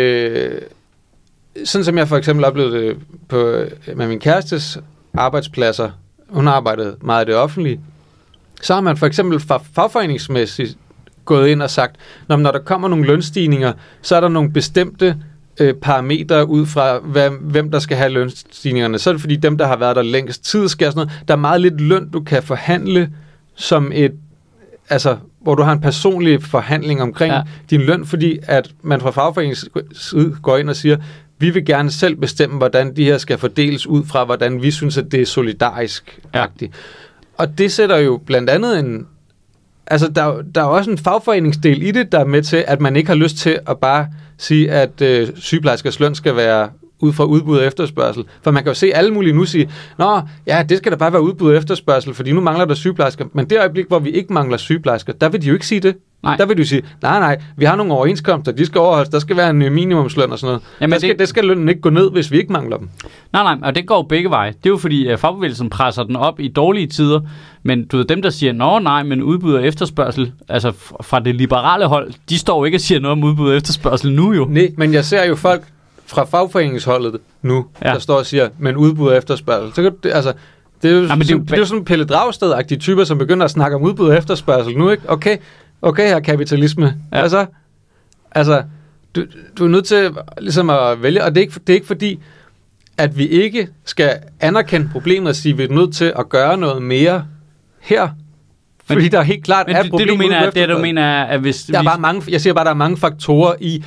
sådan som jeg for eksempel oplevede det med min kærestes arbejdspladser, hun har arbejdet meget i det offentlige, så har man for eksempel fagforeningsmæssigt gået ind og sagt, når der kommer nogle lønstigninger, så er der nogle bestemte parametre ud fra, hvem der skal have lønstigningerne. Så er det fordi dem, der har været der længst tid, skal sådan noget. Der er meget lidt løn, du kan forhandle som altså, hvor du har en personlig forhandling omkring din løn, fordi at man fra fagforeningens side går ind og siger, vi vil gerne selv bestemme, hvordan de her skal fordeles ud fra, hvordan vi synes, at det er solidarisk-agtigt. Og det sætter jo blandt andet altså, der er også en fagforeningsdel i det, der er med til, at man ikke har lyst til at bare sige, at sygeplejerskers løn skal være ud fra udbud og efterspørgsel. For man kan jo se alle mulige nu sige, nå, ja, det skal da bare være udbud og efterspørgsel, fordi nu mangler der sygeplejersker. Men det øjeblik, hvor vi ikke mangler sygeplejersker, der vil de jo ikke sige det. Nej. Der vil du sige, nej, vi har nogle overenskomster, de skal overholdes, der skal være en minimumsløn og sådan noget. Jamen det skal lønnen ikke gå ned, hvis vi ikke mangler dem. Nej, og det går begge veje. Det er jo fordi, fagbevægelsen presser den op i dårlige tider, men du ved, dem der siger, nej, men udbud og efterspørgsel, altså fra det liberale hold, de står jo ikke og siger noget om udbud og efterspørgsel nu jo. Nej, men jeg ser jo folk fra fagforeningsholdet nu, der står og siger, men udbud og efterspørgsel. Så det, altså, det er jo sådan Pelle Dragsted-agtige typer, som begynder at snakke om udbud og efterspørgsel nu, ikke? Okay, her kapitalisme. Ja. Altså, du er nødt til ligesom at vælge, og det er ikke fordi, at vi ikke skal anerkende problemet og sige, at vi er nødt til at gøre noget mere her. Fordi der er helt klart er problemet. Det du mener er, at hvis... Jeg siger bare, at der er mange faktorer i,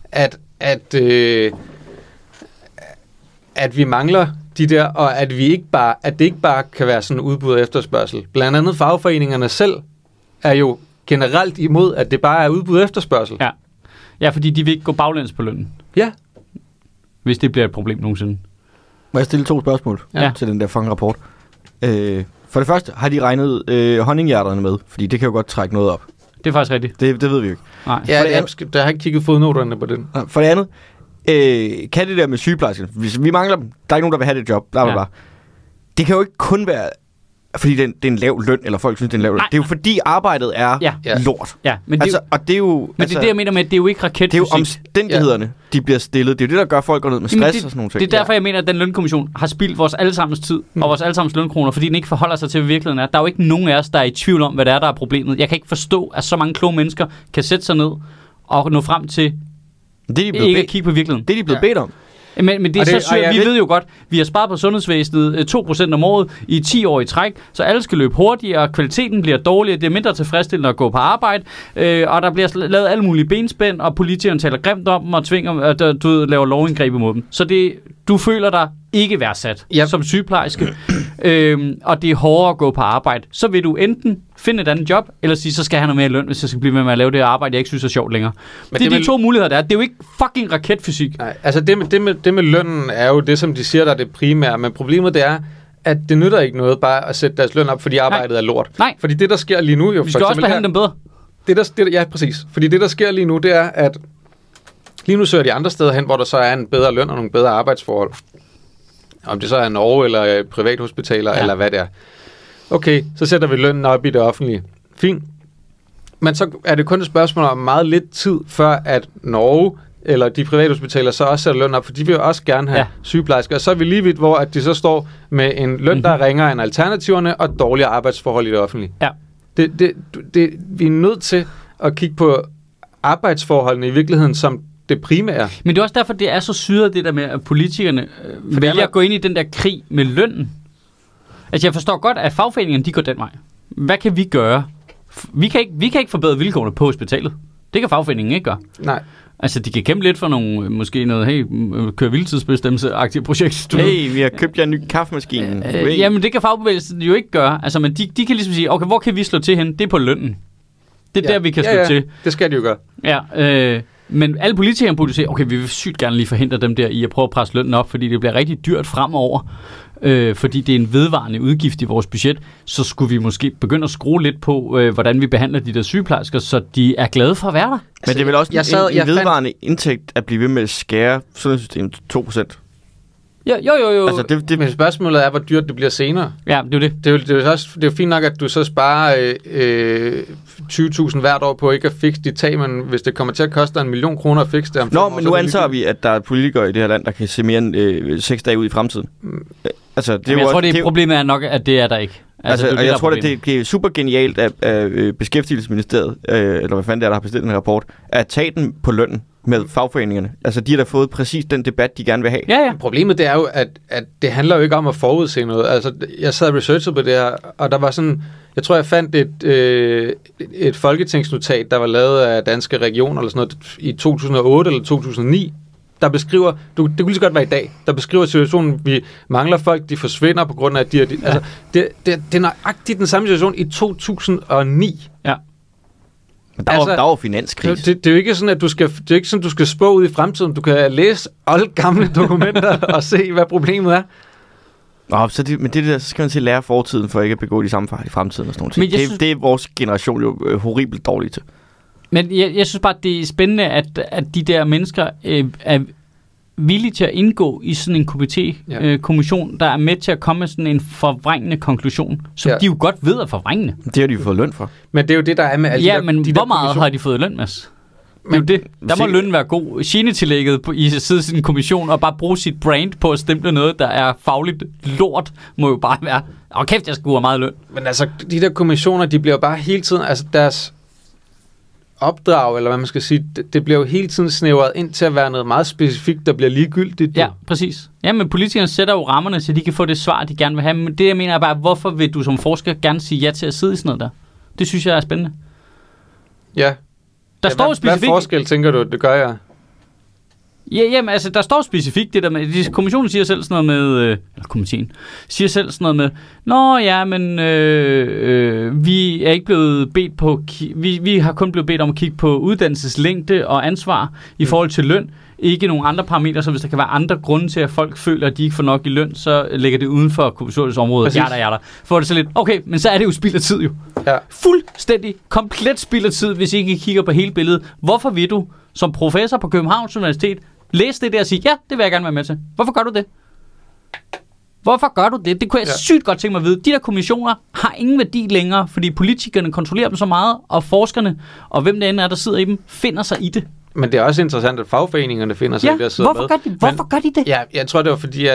at vi mangler de der, og at det ikke bare kan være sådan udbud og efterspørgsel. Blandt andet fagforeningerne selv er jo generelt imod, at det bare er udbud og efterspørgsel. Ja, fordi de vil ikke gå baglæns på lønnen. Ja. Hvis det bliver et problem nogensinde. Må jeg stille 2 spørgsmål til den der rapport? For det første, har de regnet honninghjerterne med? Fordi det kan jo godt trække noget op. Det er faktisk rigtigt. Det ved vi jo ikke. Nej. Ja, der har ikke kigget fodnoterne på den. For det andet, kan det der med sygeplejersker, hvis vi mangler dem, der er ikke nogen, der vil have det job, bla bla bla. Det kan jo ikke kun være fordi det er en lav løn, eller folk synes, det er en lav løn. Det er jo fordi arbejdet er lort. Ja, men det, og det er jo... Men det er det, jeg mener med, at det er jo ikke raketfysik. Det er jo omstændighederne, de bliver stillet. Det er jo det, der gør folk går ned med stress og sådan nogle ting. Det er derfor, jeg mener, at den lønkommission har spildt vores allesammens tid og vores allesammens lønkroner, fordi den ikke forholder sig til, hvad virkeligheden er. Der er jo ikke nogen af os, der er i tvivl om, hvad der er problemet. Jeg kan ikke forstå, at så mange kloge mennesker kan sætte sig ned og nå frem til ikke at kigge på virkeligheden. Det er de blevet bedt om. Men det er så sygt. Vi ved jo godt, vi har sparet på sundhedsvæsenet 2% om året i 10 år i træk, så alle skal løbe hurtigere, kvaliteten bliver dårligere, det er mindre tilfredsstillende at gå på arbejde, og der bliver lavet alle mulige benspænd, og politikerne taler grimt om dem og tvinger, at du laver lovindgreb imod dem. Så du føler dig ikke værdsat som sygeplejerske, og det er hårdere at gå på arbejde. Så vil du enten finde et andet job, eller sige, så skal jeg have noget mere løn, hvis jeg skal blive med at lave det arbejde, jeg ikke synes er sjovt længere. Men det er de to muligheder, der er. Det er jo ikke fucking raketfysik. Nej, altså det med lønnen er jo det, som de siger, der er det primære, men problemet det er, at det nytter ikke noget bare at sætte deres løn op, fordi arbejdet er lort. Nej. Fordi det, der sker lige nu... Jo, vi skal også behandle dem bedre. Ja, præcis. Fordi det, der sker lige nu, det er, at lige nu søger de andre steder hen, hvor der så er en bedre løn og nogle bedre arbejdsforhold. Om det så er Norge eller privathospitaler, eller hvad det er. Okay, så sætter vi lønnen op i det offentlige. Fint. Men så er det kun et spørgsmål om meget lidt tid, før at Norge eller de privathospitaler så også sætter lønnen op, for de vil jo også gerne have sygeplejersker. Og så er vi lige vidt, hvor at de så står med en løn, der er ringere end alternativerne, og dårligere arbejdsforhold i det offentlige. Ja. Vi er nødt til at kigge på arbejdsforholdene i virkeligheden som det primære. Men det er også derfor, det er så syret, det der med, at politikerne vælger at gå ind i den der krig med lønnen. Altså, jeg forstår godt, at fagforeningerne, de går den vej. Hvad kan vi gøre? Vi kan ikke forbedre vilkårene på hospitalet. Det kan fagforeningen ikke gøre. Nej. Altså, de kan kæmpe lidt for nogle, måske noget, køre vildtidsbestemmelse-aktivt projekt. Hey, vi har købt jer en ny kaffemaskine. Jamen, det kan fagbevægelsen jo ikke gøre. Altså, men de kan ligesom sige, okay, hvor kan vi slå til hen? Det er på lønnen. Det er der, vi kan slå til. Det skal de jo gøre. Ja, men alle politikere burde sige, okay, vi vil sygt gerne lige forhindre dem der i at prøve at presse lønnen op, fordi det bliver rigtig dyrt fremover, fordi det er en vedvarende udgift i vores budget, så skulle vi måske begynde at skrue lidt på, hvordan vi behandler de der sygeplejersker, så de er glade for at være der. Men det er vel også en vedvarende indtægt at blive ved med at skære sundhedssystemet 2%? Jo. Altså men spørgsmålet er, hvor dyrt det bliver senere. Ja, det er det. Det er jo fint nok, at du så sparer 20.000 hvert år på ikke at fikse dit tag, men hvis det kommer til at koste 1 million kroner at fikse det... men nu antager vi, at der er politikere i det her land, der kan se mere end 6 dage ud i fremtiden. Altså, det jeg tror, problemet er nok, at det er der ikke. Altså, og jeg tror, at det er super genialt af Beskæftigelsesministeriet, eller hvad fanden det er, der har bestilt en rapport, at tage den på lønnen med fagforeningerne. Altså, de har da fået præcis den debat, de gerne vil have. Ja. Problemet det er jo, at det handler jo ikke om at forudse noget. Altså, jeg sad og researchede på det her, og der var sådan... Jeg tror, jeg fandt et folketingsnotat, der var lavet af Danske Regioner eller sådan noget, i 2008 eller 2009, der beskriver, det kunne lige så godt være i dag, der beskriver situationen, vi mangler folk, de forsvinder på grund af, at altså, det er nøjagtigt den samme situation i 2009. Ja. Men der var finanskrise. Det er jo ikke sådan, at du skal spå ud i fremtiden. Du kan læse alle gamle dokumenter og se, hvad problemet er. Men det der, så skal man til at lære fortiden, for ikke at begå de samme fejl i fremtiden og sådan noget. Det er vores generation jo horribelt dårligt til. Men jeg synes bare, det er spændende, at de der mennesker er villige til at indgå i sådan en KBT-kommission, der er med til at komme med sådan en forvrængende konklusion, som de jo godt ved er forvrængende. Det har de jo fået løn for. Men det er jo det, der er med alle men hvor meget har de fået løn, Mads? Men det, der må lønnen være god. Gene-tillægget i sidde sin kommission og bare bruge sit brand på at stemple noget, der er fagligt lort, må jo bare være, kæft, jeg skal have meget løn. Men altså, de der kommissioner, de bliver bare hele tiden, altså deres opdrag, eller hvad man skal sige, det bliver jo hele tiden snævret ind til at være noget meget specifikt, der bliver ligegyldigt. Ja, præcis. Ja, men politikerne sætter jo rammerne, så de kan få det svar, de gerne vil have. Men det, jeg mener er bare, hvorfor vil du som forsker gerne sige ja til at sidde i sådan noget der? Det synes jeg er spændende. Ja. Står specifikt... Hvad forskel tænker du, det gør jeg? Jamen, altså, der står specifikt det der med... Kommissionen siger selv sådan noget med... Eller komiteen siger selv sådan noget med... Nå, ja, men... vi er ikke blevet bedt på... Vi har kun blevet bedt om at kigge på uddannelseslængde og ansvar i forhold til løn. Ikke nogen andre parametre, så hvis der kan være andre grunde til, at folk føler, at de ikke får nok i løn, så lægger det uden for kommissionens område. Ja. Får det så lidt... Okay, men så er det jo spild af tid jo. Ja. Fuldstændig, komplet spild af tid, hvis I ikke kigger på hele billedet. Hvorfor vil du som professor på Københavns Universitet læse det der og sige, ja, det vil jeg gerne være med til? Hvorfor gør du det? Hvorfor gør du det? Det kunne jeg sygt godt tænke mig at vide. De der kommissioner har ingen værdi længere, fordi politikerne kontrollerer dem så meget, og forskerne, og hvem det end er, der sidder i dem, finder sig i det. Men det er også interessant, at fagforeningerne finder sig i det, der sidder med. Hvorfor gør de det? Ja, jeg tror, det var fordi,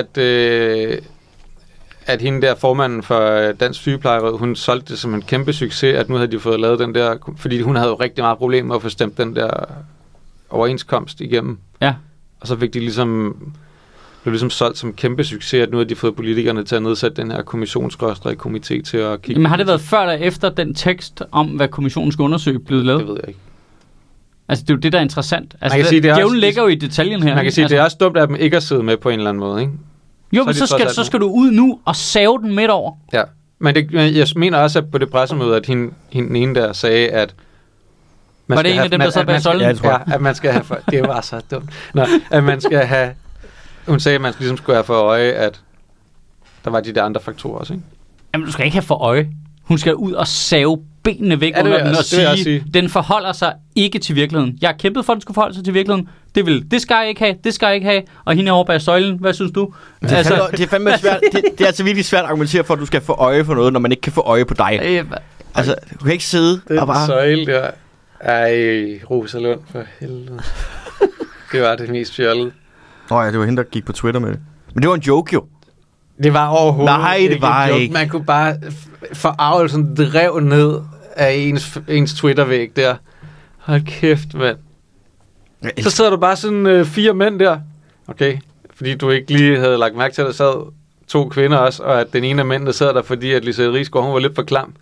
at hende der formanden for Dansk Sygeplejeråd, hun solgte det som en kæmpe succes, at nu havde de fået lavet den der, fordi hun havde jo rigtig meget problemer med at få stemt den der overenskomst igennem. Ja. Og så fik de blev ligesom solgt som kæmpe succes, at nu har de fået politikerne til at nedsætte den her komité til at kigge. Men har det været før eller efter den tekst om, hvad kommissionen skal undersøge, blevet lavet? Det ved jeg ikke. Altså, det er jo det, der er interessant. Altså, man kan sige, djævlen ligger jo i detaljen her. Man kan sige, det er også dumt af dem ikke at sidde med på en eller anden måde, ikke? Jo, men så skal du ud nu og save den midt over. Ja, men jeg mener også, at på det pressemøde, at hende den ene der sagde, at man var det en af dem, der sad bag søjlen? Ja, at man skal have det var så dumt. Nå, at man skal have... Hun sagde, at man ligesom skulle have for øje, at der var de der andre faktorer også, ikke? Jamen, du skal ikke have for øje. Hun skal ud og save benene væk under den og sige, den forholder sig ikke til virkeligheden. Jeg har kæmpet for, at den skulle forholde sig til virkeligheden. Det skal jeg ikke have, det skal jeg ikke have. Og hende er over bag søjlen. Hvad synes du? Det er fandme svært. Det er altså virkelig svært at argumentere for, at du skal få øje for noget, når man ikke kan få øje på dig. Altså, du kan ikke sidde og bare... Den søjle der. Ej, Rosalund, for helvede. Det var det mest fjollede. Nå ja, det var hende, der gik på Twitter med det. Men det var en joke jo. Det var overhovedet Nej, det var ikke. Man kunne bare forarvelsen drev ned af ens Twitter-væg der. Hold kæft, mand. Så sidder du bare sådan 4 mænd der. Okay, fordi du ikke lige havde lagt mærke til, at der sad 2 kvinder også, og at den ene af mændene sad der, fordi at Lise Risgaard, hun var lidt for klam.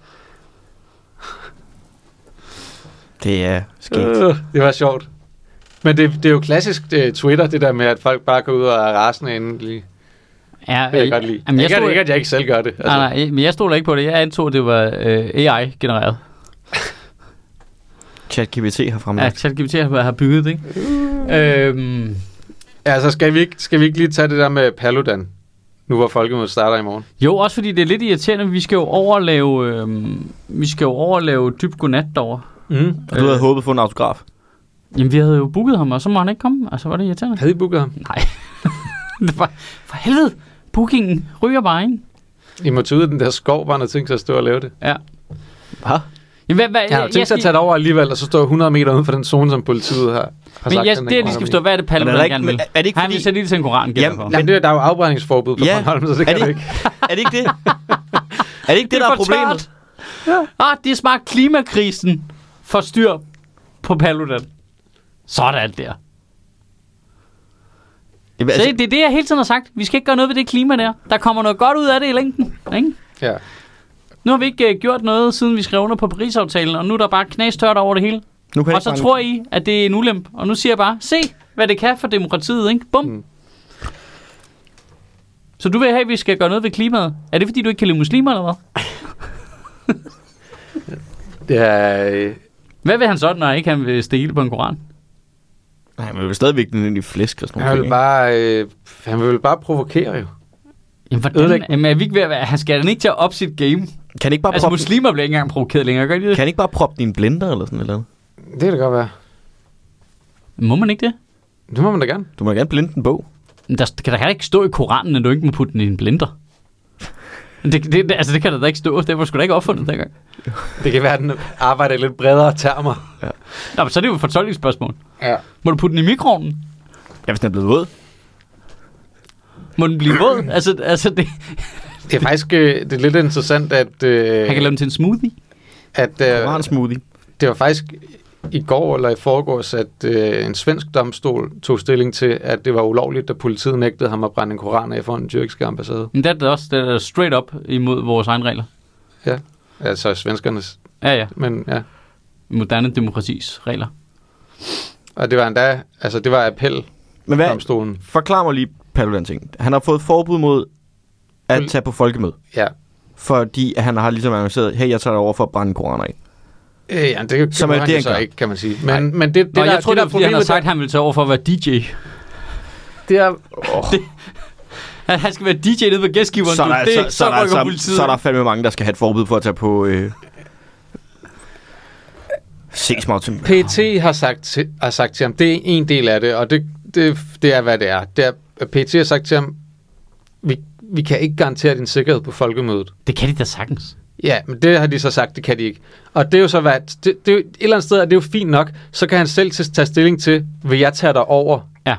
Det er skidt. Det var sjovt. Men det er jo klassisk Twitter, det der med, at folk bare går ud og er rasende endelig. Ja, det kan jeg godt lide. Jamen, ikke at jeg ikke selv gør det. Altså. Nej, men jeg stoler ikke på det. Jeg antog, at det var AI-genereret. ChatGPT har fremlagt. Ja, ChatGPT har bygget det, ikke? Altså, skal vi ikke lige tage det der med Paludan, nu hvor folkemødet starter i morgen? Jo, også fordi det er lidt irriterende. Vi skal jo overleve dyb godnat derovre. Og du havde håbet på en autograf? Jamen, vi havde jo booket ham, og så må han ikke komme. Altså, var det irriterende? Havde I booket ham? Nej. Det var, for helvede, bookingen ryger bare, ikke? I må tage ud af den der skov, hvor han havde tænkt sig at stå og lave det. Ja. Hvad? Jamen, jeg har tænkt sig at tage det over alligevel, og så stå 100 meter uden for den zone, som politiet har men sagt. Men det, de skal forstå, hvad er det, Paludan gerne vil? Er det ikke han vil sætte lige til en koran, men der er jo afbrændingsforbud på Bornholm, så det kan du ikke. Er det ikke det? Er det ikke det, der er problemet? Ja. Det er smart klimakrisen for styr på Paludan. Sådan der. Så det er det, jeg hele tiden har sagt. Vi skal ikke gøre noget ved det klima der. Der kommer noget godt ud af det i længden. Ikke? Ja. Nu har vi ikke gjort noget, siden vi skrev under på Paris-aftalen, og nu er der bare knastørt over det hele. Og så tror I, at det er en ulemp. Og nu siger jeg bare, se, hvad det kan for demokratiet. Ikke? Bum. Mm. Så du vil have, at vi skal gøre noget ved klimaet. Er det, fordi du ikke kan lide muslimer, eller hvad? Det er... Hvad vil han så, når ikke han vil stille på en koran? Nej, men vil stadigvæk den ind i flæsk og sådan noget. Han vil bare provokere jo. Jamen, hvordan? Jamen, er vi ikke ved at være... Han skal ikke til at op sit game. Kan ikke bare altså, muslimer bliver ikke engang provokeret længere, gør de det? Kan ikke bare proppe din blender eller sådan noget? Det kan det godt være. Må man ikke det? Det må man da gerne. Du må gerne blende en bog. Men der kan da ikke stå i Koranen, at du ikke må putte den i en blender. Det kan der da ikke stå. Det var sgu da ikke opfundet dengang. Det kan være, at den arbejder i lidt bredere termer. Ja. Nå, men så er det jo et fortolkningsspørgsmål. Ja. Må du putte den i mikroovnen? Ja, hvis den er blevet våd. Må den blive våd? altså det... Det er faktisk det er lidt interessant, at... Han kan lave den til en smoothie. En smoothie. Det var faktisk i går eller i forgårs, at en svensk domstol tog stilling til, at det var ulovligt, da politiet nægtede ham at brænde en koran af for den tyrkiske ambassade. Men det er også det er straight up imod vores egne regler. Ja, altså svenskernes. Ja. Men ja. Moderne demokratis regler. Og det var endda, altså det var appeldomstolen. Forklar mig lige Paludan ting. Han har fået forbud mod at tage på folkemøde. Ja. Fordi han har ligesom annonceret, hey, jeg tager dig over for at brænde koraner af. Ja, det kan han så ikke, kan man sige. Men det jeg tror, det er fordi, han har sagt, at han vil tage over for at være DJ. Det er... Han skal være DJ nede på gæstgiveren. Så er der fandme mange, der skal have et forbud for at tage på... PT har sagt til ham, det er en del af det, og det er, hvad det er. PT har sagt til ham, vi kan ikke garantere din sikkerhed på folkemødet. Det kan de da sagtens. Ja, men det har de så sagt, det kan de ikke. Og det er jo så, det er jo, et eller andet sted, og det er jo fint nok, så kan han selv tage stilling til, vil jeg tage dig over? Ja.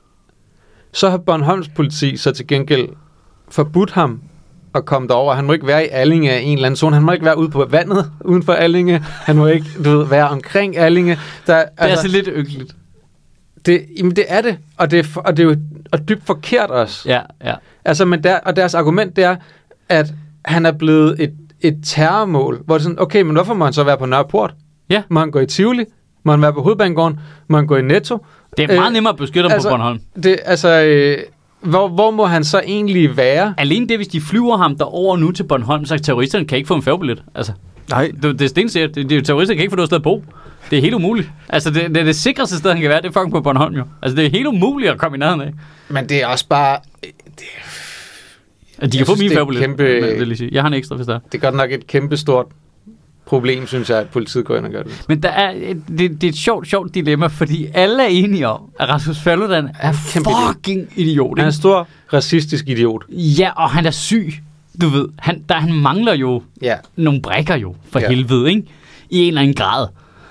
Så har Bornholms politi så til gengæld forbudt ham at komme derover. Han må ikke være i Allinge af en eller anden zone. Han må ikke være ude på vandet uden for Allinge. Han må ikke, være omkring Allinge. Det er altså lidt ynkeligt. Jamen det er det, og det er jo dybt forkert også. Ja. Altså, men deres argument, det er, at han er blevet et terrormål, hvor det er sådan, okay, men hvorfor må han så være på Nørreport? Ja. Må han gå i Tivoli? Må han være på Hovedbanegården? Må han gå i Netto? Det er meget nemmere at beskytte ham på Bornholm. Hvor må han så egentlig være? Alene det, hvis de flyver ham derover nu til Bornholm, så terroristerne kan ikke få en færgebillet. Altså, nej. Det er stensikkert. Terroristerne kan ikke få noget sted at bo. Det er helt umuligt. Altså, det sikreste sted, han kan være, det er fucking på Bornholm, jo. Altså, det er helt umuligt at komme i nærheden af. Men det er også bare... De kan få min færgebillet, vil jeg sige. Jeg har en ekstra, hvis der er. Det er godt nok et kæmpestort problem, synes jeg, at politiet går ind og gør det. Men det er et sjovt dilemma, fordi alle er enige om, at Rasmus Paludan er fucking idiot. Han er en stor racistisk idiot. Ja, og han er syg. Du ved, han mangler jo nogle brækker jo, for helvede, ikke? I en eller anden grad.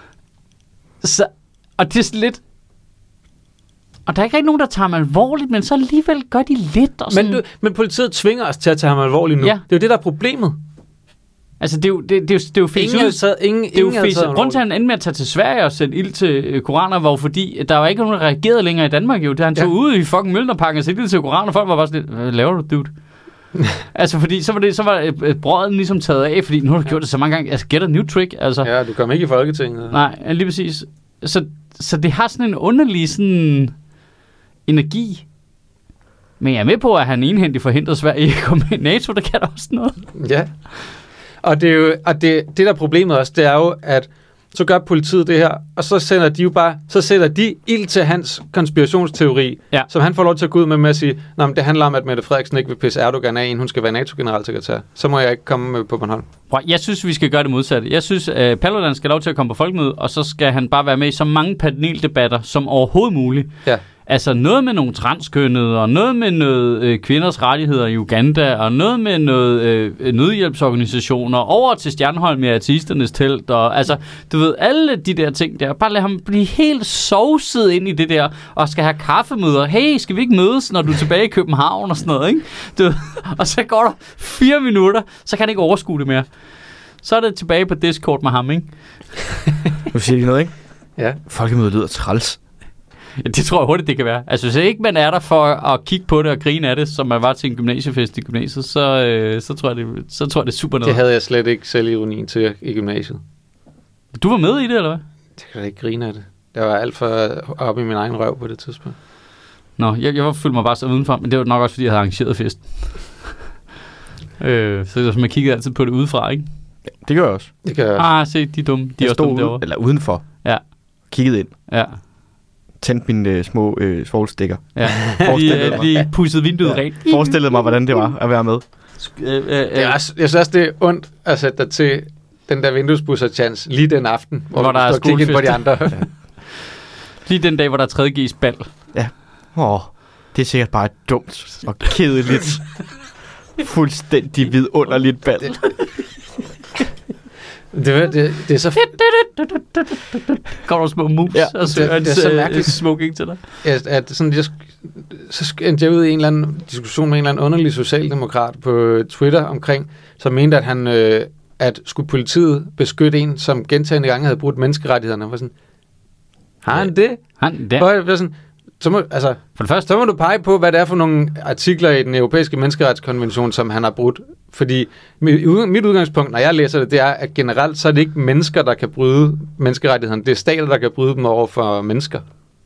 Så, og det er sådan lidt... Og der er ikke rigtig nogen, der tager ham alvorligt, men så alligevel gør de lidt. Og sådan... men politiet tvinger os til at tage ham alvorligt nu. Ja. Det er jo det, der er problemet. Altså, det er jo fæs ud. Grunden til, at han endte med at tage til Sverige og sætte ild til koraner, var jo fordi, der var ikke nogen, der reagerede længere i Danmark. Jo. Da han tog ud i fucking Mjølnerparken og sætte ild til koraner, folk var bare sådan lidt, hvad laver du, dude? Altså, fordi så var brøden ligesom taget af, fordi nu har du gjort det så mange gange. Altså, get a new trick. Altså. Ja, du kom ikke i Folketinget. Nej, lige præcis. Så det har sådan en underlig sådan energi. Men jeg er med på, at han enhændigt forhindrede Sverige i at komme med i NATO. Der kan der også noget. Ja. Og det er jo, det der problemet også, det er jo, at så gør politiet det her, og så sender de jo bare, så sætter de ild til hans konspirationsteori, som han får lov til at gå ud med at sige, men det handler om, at Mette Frederiksen ikke vil pisse Erdogan af, inden hun skal være NATO-generalsekretær. Så må jeg ikke komme på Bornholm. Jeg synes, vi skal gøre det modsatte. Jeg synes, at Paludan skal lov til at komme på folkemødet, og så skal han bare være med i så mange paneldebatter som overhovedet muligt. Ja. Altså noget med nogle transkønnede, og noget med noget kvinders rettigheder i Uganda, og noget med noget nødhjælpsorganisationer, over til Stjernholm med artisternes telt, og altså, du ved, alle de der ting der. Bare lad ham blive helt sovset ind i det der, og skal have kaffemøder. Hey, skal vi ikke mødes, når du er tilbage i København og sådan noget, ikke? Og så går der 4 minutter, så kan han ikke overskue det mere. Så er det tilbage på Discord med ham, ikke? Nu siger de noget, ikke? Ja. Folkemødet lyder træls. Ja, det tror jeg hurtigt, det kan være. Altså, hvis ikke man er der for at kigge på det og grine af det, som man var til en gymnasiefest i gymnasiet, så tror jeg, det er super noget. Det havde jeg slet ikke selvironien til i gymnasiet. Du var med i det, eller hvad? Det kan da ikke grine af det. Jeg var alt for oppe i min egen røv på det tidspunkt. Nå, jeg følte mig bare så udenfor, men det var nok også, fordi jeg havde arrangeret festen. Så man kiggede altid på det udefra, ikke? Ja, det gør jeg også. Det gør jeg også. Se, de er dumme. De er også dumme derovre. Eller udenfor. Ja. Kiggede ind. Ja. Tændte mine små svovlstikker. Ja. De pudsede vinduet rent. Forestillede mig, hvordan det var at være med. Jeg synes også, det er ondt at sætte dig til den der vinduespusser-chance lige den aften, hvor der er skolefest på de andre. Ja. Lige den dag, hvor der er 3.G's bal. Ja. Det er sikkert bare dumt og kedeligt. Fuldstændig vidunderligt bal. Det er så kommer der små mus og så er det så mærkeligt smoking til dig. At sådan, så endte jeg ud i en eller anden diskussion med en eller anden underlig socialdemokrat på Twitter omkring, som mente, at at skulle politiet beskytte en, som gentagne gange havde brudt menneskerettighederne. Var sådan, har han det? For det første, så må du pege på, hvad det er for nogle artikler i den europæiske menneskerettighedskonvention, som han har brudt. Fordi mit udgangspunkt, når jeg læser det, det er, at generelt så er det ikke mennesker, der kan bryde menneskerettighederne. Det er stater, der kan bryde dem over for mennesker.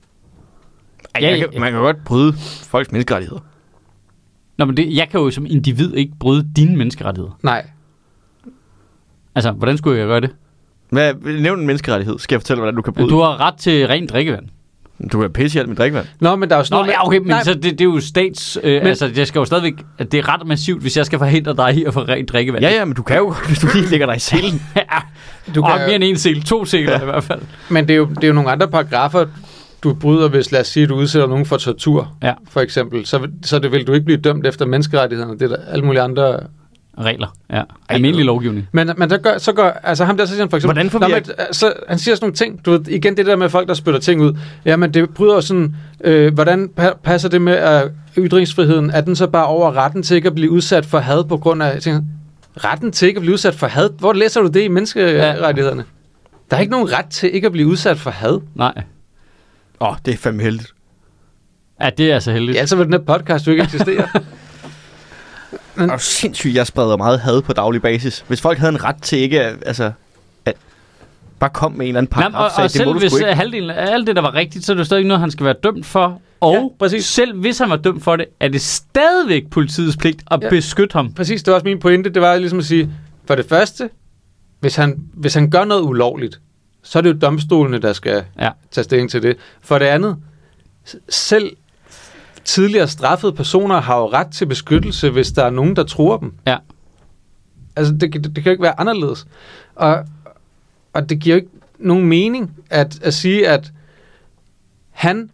Man kan godt bryde folks menneskerettigheder. Nå, men jeg kan jo som individ ikke bryde dine menneskerettigheder. Nej. Altså, hvordan skulle jeg gøre det? Nævn en menneskerettighed. Skal jeg fortælle, hvordan du kan bryde? Du har ret til rent drikkevand. Du kan pisse i alt med drikkevand. Nå, men der er jo sådan okay, men så det er jo stats... altså, det skal jo stadigvæk... Det er ret massivt, hvis jeg skal forhindre dig i at få rent drikkevand. Ja, men du kan jo, hvis du lige lægger dig i selen. Du kan mere end en sel. 2 seler i hvert fald. Men det er jo nogle andre paragrafer, du bryder, hvis, lad os sige, du udsætter nogen for tortur, for eksempel. Så vil du ikke blive dømt efter menneskerettighederne. Det er der alle mulige andre regler. Ja. Almindelig lovgivning. Men så går altså ham der så siger han for eksempel... Hvordan får vi... han siger sådan nogle ting, du ved, igen det der med folk, der spytter ting ud. Jamen, det bryder jo sådan... hvordan passer det med at ytringsfriheden? Er den så bare over retten til ikke at blive udsat for had på grund af... Retten til ikke at blive udsat for had? Hvor læser du det i menneskerettighederne? Der er ikke nogen ret til ikke at blive udsat for had. Nej. Det er fandme heldigt. Ja, det er altså heldigt. Ja, så vil den her podcast jo ikke eksistere. Det er sindssygt, jeg spreder meget had på daglig basis. Hvis folk havde en ret til ikke, at bare kom med en eller anden paragraf, og selv hvis halvdelen af alt det, der var rigtigt, så er det stadig noget, han skal være dømt for. Og selv hvis han var dømt for det, er det stadigvæk politiets pligt at beskytte ham. Præcis, det var også min pointe. Det var ligesom at sige, for det første, hvis han gør noget ulovligt, så er det jo domstolene, der skal tage stilling til det. For det andet, selv tidligere straffede personer har jo ret til beskyttelse, hvis der er nogen, der truer dem. Ja. Altså, det kan jo ikke være anderledes. Og det giver jo ikke nogen mening at sige, at han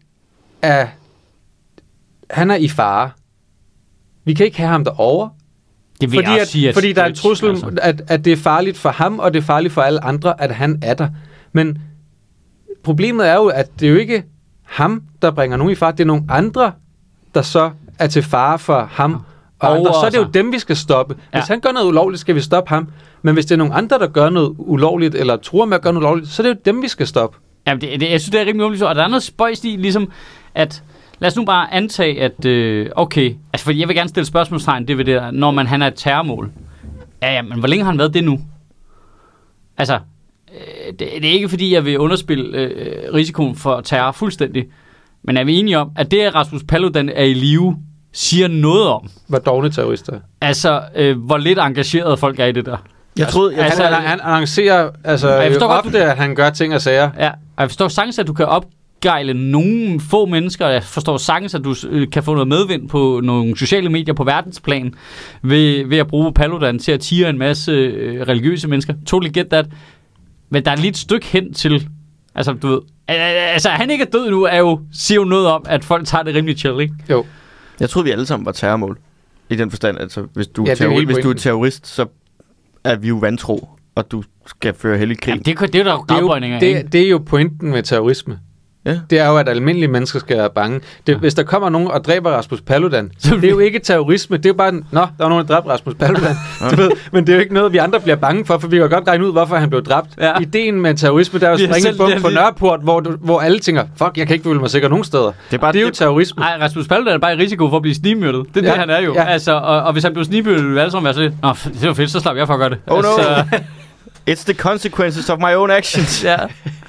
er i fare. Vi kan ikke have ham derovre. Det vil jeg sige, fordi der er en trussel, at det er farligt for ham, og det er farligt for alle andre, at han er der. Men problemet er jo, at det er jo ikke ham, der bringer nogen i fare. Det er nogle andre, der så er til fare for ham og andre. Så er det jo dem, vi skal stoppe. Hvis han gør noget ulovligt, skal vi stoppe ham. Men hvis det er nogle andre, der gør noget ulovligt, eller truer med at gøre noget ulovligt, så er det jo dem, vi skal stoppe. Jamen, jeg synes, det er rimelig ulovligt. Og der er noget spøjst i, ligesom, at lad os nu bare antage, at okay, altså for jeg vil gerne stille spørgsmålstegn, det ved det, når han er et terrormål. Ja, men hvor længe har han været det nu? Altså, det er ikke fordi, jeg vil underspille risikoen for terror fuldstændig. Men er vi enige om, at det, at Rasmus Paludan er i live, siger noget om? Hvor dovne terrorister. Altså, hvor lidt engageret folk er i det der. Han annoncerer ofte, at han gør ting og sager. Ja, og jeg forstår sagtens, at du kan opgejle nogle få mennesker. Jeg forstår sagtens, at du kan få noget medvind på nogle sociale medier på verdensplan ved at bruge Paludan til at tire en masse religiøse mennesker. Totally get that. Men der er lige et stykke hen til, altså du ved, altså han ikke er død nu, siger jo noget om, at folk tager det rimelig chill, ikke? Jo. Jeg troede, vi alle sammen var terrormål. I den forstand, altså hvis du er terrorist, så er vi jo vantro, og du skal føre hellig krig. Jamen, det er der afbøjninger af. Det er jo pointen med terrorisme. Ja. Det er jo, at almindelige mennesker skal være bange. Hvis der kommer nogen og dræber Rasmus Paludan, så det er jo ikke terrorisme. Det er jo bare, der var nogen, der dræbte Rasmus Paludan. Du ved, men det er jo ikke noget, vi andre bliver bange for vi kan godt regne ud, hvorfor han blev dræbt. Ja. Ideen med terrorisme, der er jo at springe en bom på Nørreport, hvor alle tænker, fuck, jeg kan ikke føle mig sikker nogen steder. Det er jo terrorisme. Nej, Rasmus Paludan er bare i risiko for at blive snigmyrdet. Det er det, han er jo. Ja. Altså, og hvis han blev snigmyrdet, ville alle sammen være sådan, det var fedt, så slap jeg for at gøre det. Oh no. It's the consequences of my own actions. Ja.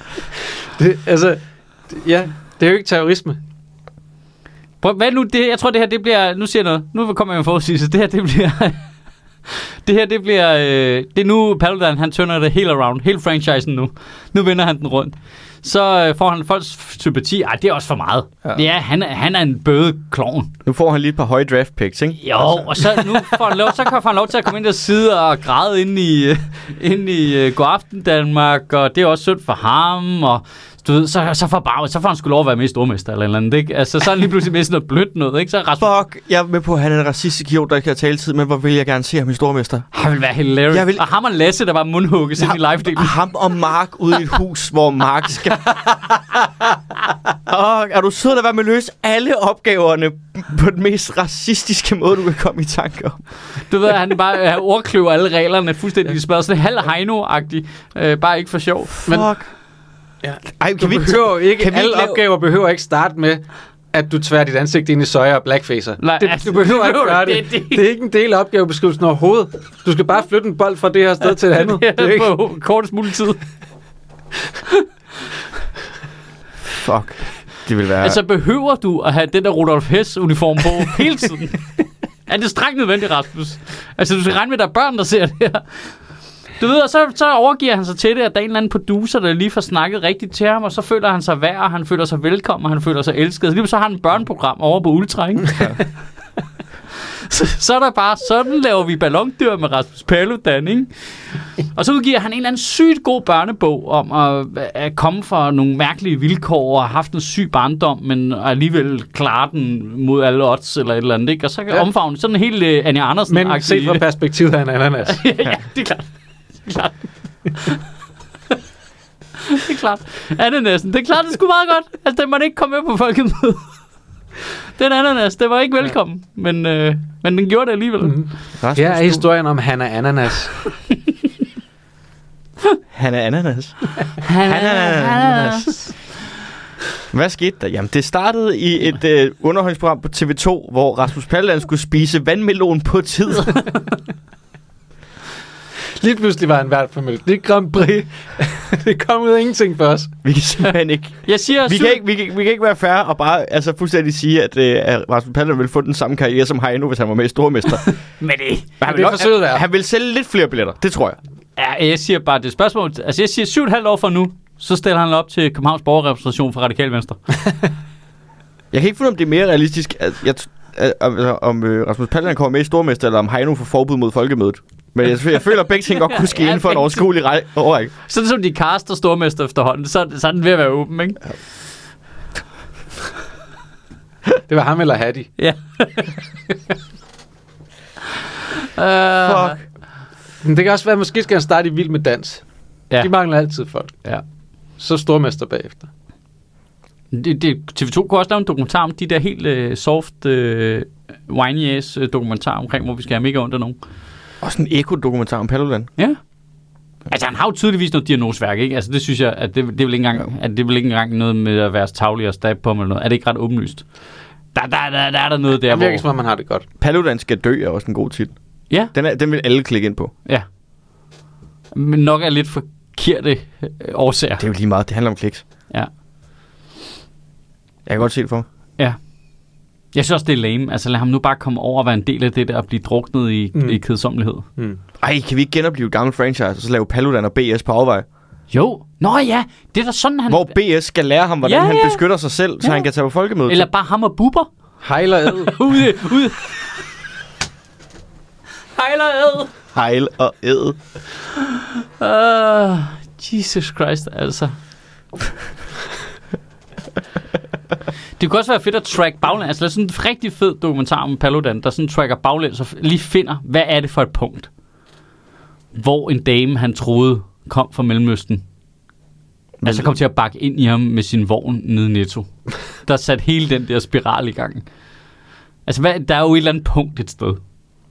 Det er jo ikke terrorisme. Hvad nu det? Jeg tror det her det bliver. Nu siger jeg noget. Nu kommer jeg med forudsigelse. Det her det bliver. Det er nu Paludan han turner det helt around, hele franchisen nu. Nu vender han den rundt. Så får han folks sympati. Ej, det er også for meget. Ja, han er en bøde klovn. Nu får han lige et par høje draft picks, ikke? Jo, og så nu får han lov til at komme ind og sidde og græde ind i Godaften Danmark, og det er også synd for ham, og du ved, så får han sgu lov at være med i stormester eller andet, ikke? Altså, så er han lige pludselig med sådan noget blødt noget, ikke? Så fuck, jeg er med på, at han er en racistisk idiot, der ikke har taletid, men hvor vil jeg gerne se ham i stormester? Han vil være hilarious. Og ham og Lasse, der var mundhugget ind i live-delen. Ham og Mark ude i et hus, hvor Mark skal... er du sød at være med at løse alle opgaverne på den mest racistiske måde, du kan komme i tanke om? Du ved, han bare ordkløver alle reglerne fuldstændig smadret. Sådan halv Heino-agtig. Bare ikke for sjov. Fuck. Ja. Ej, alle opgaver behøver ikke starte med, at du tværer dit ansigt ind i soja og blackfacer. Nej, du behøver ikke gøre det. Det er ikke en del af opgavebeskrivelsen overhovedet. Du skal bare flytte en bold fra det her sted til et andet. Det er ikke på kortest mulig tid. Fuck. Det vil være... Altså, behøver du at have den der Rudolf Hess-uniform på hele tiden? Er det strengt nødvendigt, Rasmus? Altså, du skal regne med, at der er børn, der ser det her. Du ved, og så overgiver han sig til det, at der er en eller anden producer, der lige får snakket rigtigt til ham, og så føler han sig værd, og han føler sig velkommen, og han føler sig elsket. Så lige så har han et børneprogram over på Ultra, ikke? Ja. Så er der bare, sådan laver vi ballondyr med Rasmus Paludan, ikke? Og så udgiver han en eller anden sygt god børnebog om at komme fra nogle mærkelige vilkår og have haft en syg barndom, men alligevel klare den mod alle odds eller et eller andet, ikke? Og så kan omfavne sådan en helt Anja Andersen. Men set fra perspektivet af en ananas. Ja, det er klart. Det er klart. Ananasen, det er klart, det skulle meget godt. Altså, den måtte ikke komme med på folkemødet. Den ananas, det var ikke velkommen, men den gjorde det alligevel. Mm-hmm. Her er historien om Hanna Ananas. Hanna Ananas. Ananas. Hvad skete der? Jamen, det startede i et underholdningsprogram på TV2, hvor Rasmus Paludan skulle spise vandmelon på tid. Lige pludselig var han vært for Melodi Grand Prix. Det kom ud af ingenting for os. Vi kan simpelthen ikke. Vi kan ikke være fair og bare fuldstændig sige, at Rasmus Paludan ville få den samme karriere som Heino, hvis han var med i Stormester. Men han vil sælge lidt flere billetter, det tror jeg. Ja, jeg siger bare det spørgsmål. Altså, jeg siger 7,5 år fra nu, så stiller han op til Københavns borgerrepræsentation for Radikale Venstre. Jeg kan ikke finde, om det er mere realistisk, om Rasmus Paludan kommer med i Stormester, eller om Heino får forbud mod folkemødet. Men jeg føler, at begge ting godt kunne ske inden for en overskuelig overrække. Sådan som de caster Stormester efterhånden, så er den ved at være åben, ikke? Det var ham eller Hattie. Ja. Fuck. Men det kan også være, at måske skal han starte i Vild med Dans. Ja. De mangler altid folk. Ja. Så Stormester bagefter. TV2 kunne også lave en dokumentar om de der helt soft whiny-ass dokumentar omkring, hvor vi skal have mega ondt af nogen. Også en eko-dokumentar om Paludan. Ja. Altså, han har jo tydeligvis noget diagnosværk, ikke? Altså, det synes jeg, at det vil ikke engang noget med at være tavlig og stab på ham eller noget. Er det ikke ret åbenlyst? Der er der noget der, hvor... Det virker som om, man har det godt. Paludan skal dø er også en god titel. Ja. Den vil alle klikke ind på. Ja. Men nok er lidt forkerte årsager. Det er jo lige meget. Det handler om kliks. Ja. Jeg kan godt se det for mig. Ja. Jeg synes også, det er lame. Altså, lad ham nu bare komme over og være en del af det der og blive druknet i kedsommelighed. Mm. Ej, kan vi ikke genopleve et gammelt franchise og så lave Paludan og BS på afvej? Jo. Nå ja, det er da sådan, han... Hvor BS skal lære ham, hvordan han beskytter sig selv, så han kan tage på folkemødet. Eller bare ham og Bubber. Hejl og æd. Ude. Hejl og æd. Hejl og æd. Jesus Christ, altså. Det kunne også være fedt at track baglæns. Altså, det er sådan en rigtig fed dokumentar om Paludan, der sådan tracker baglæns og lige finder, hvad er det for et punkt, hvor en dame, han troede, kom fra Mellemøsten. Altså kom til at bakke ind i ham med sin vogn nede i Netto. Der satte hele den der spiral i gang. Altså, der er jo et eller andet punkt et sted,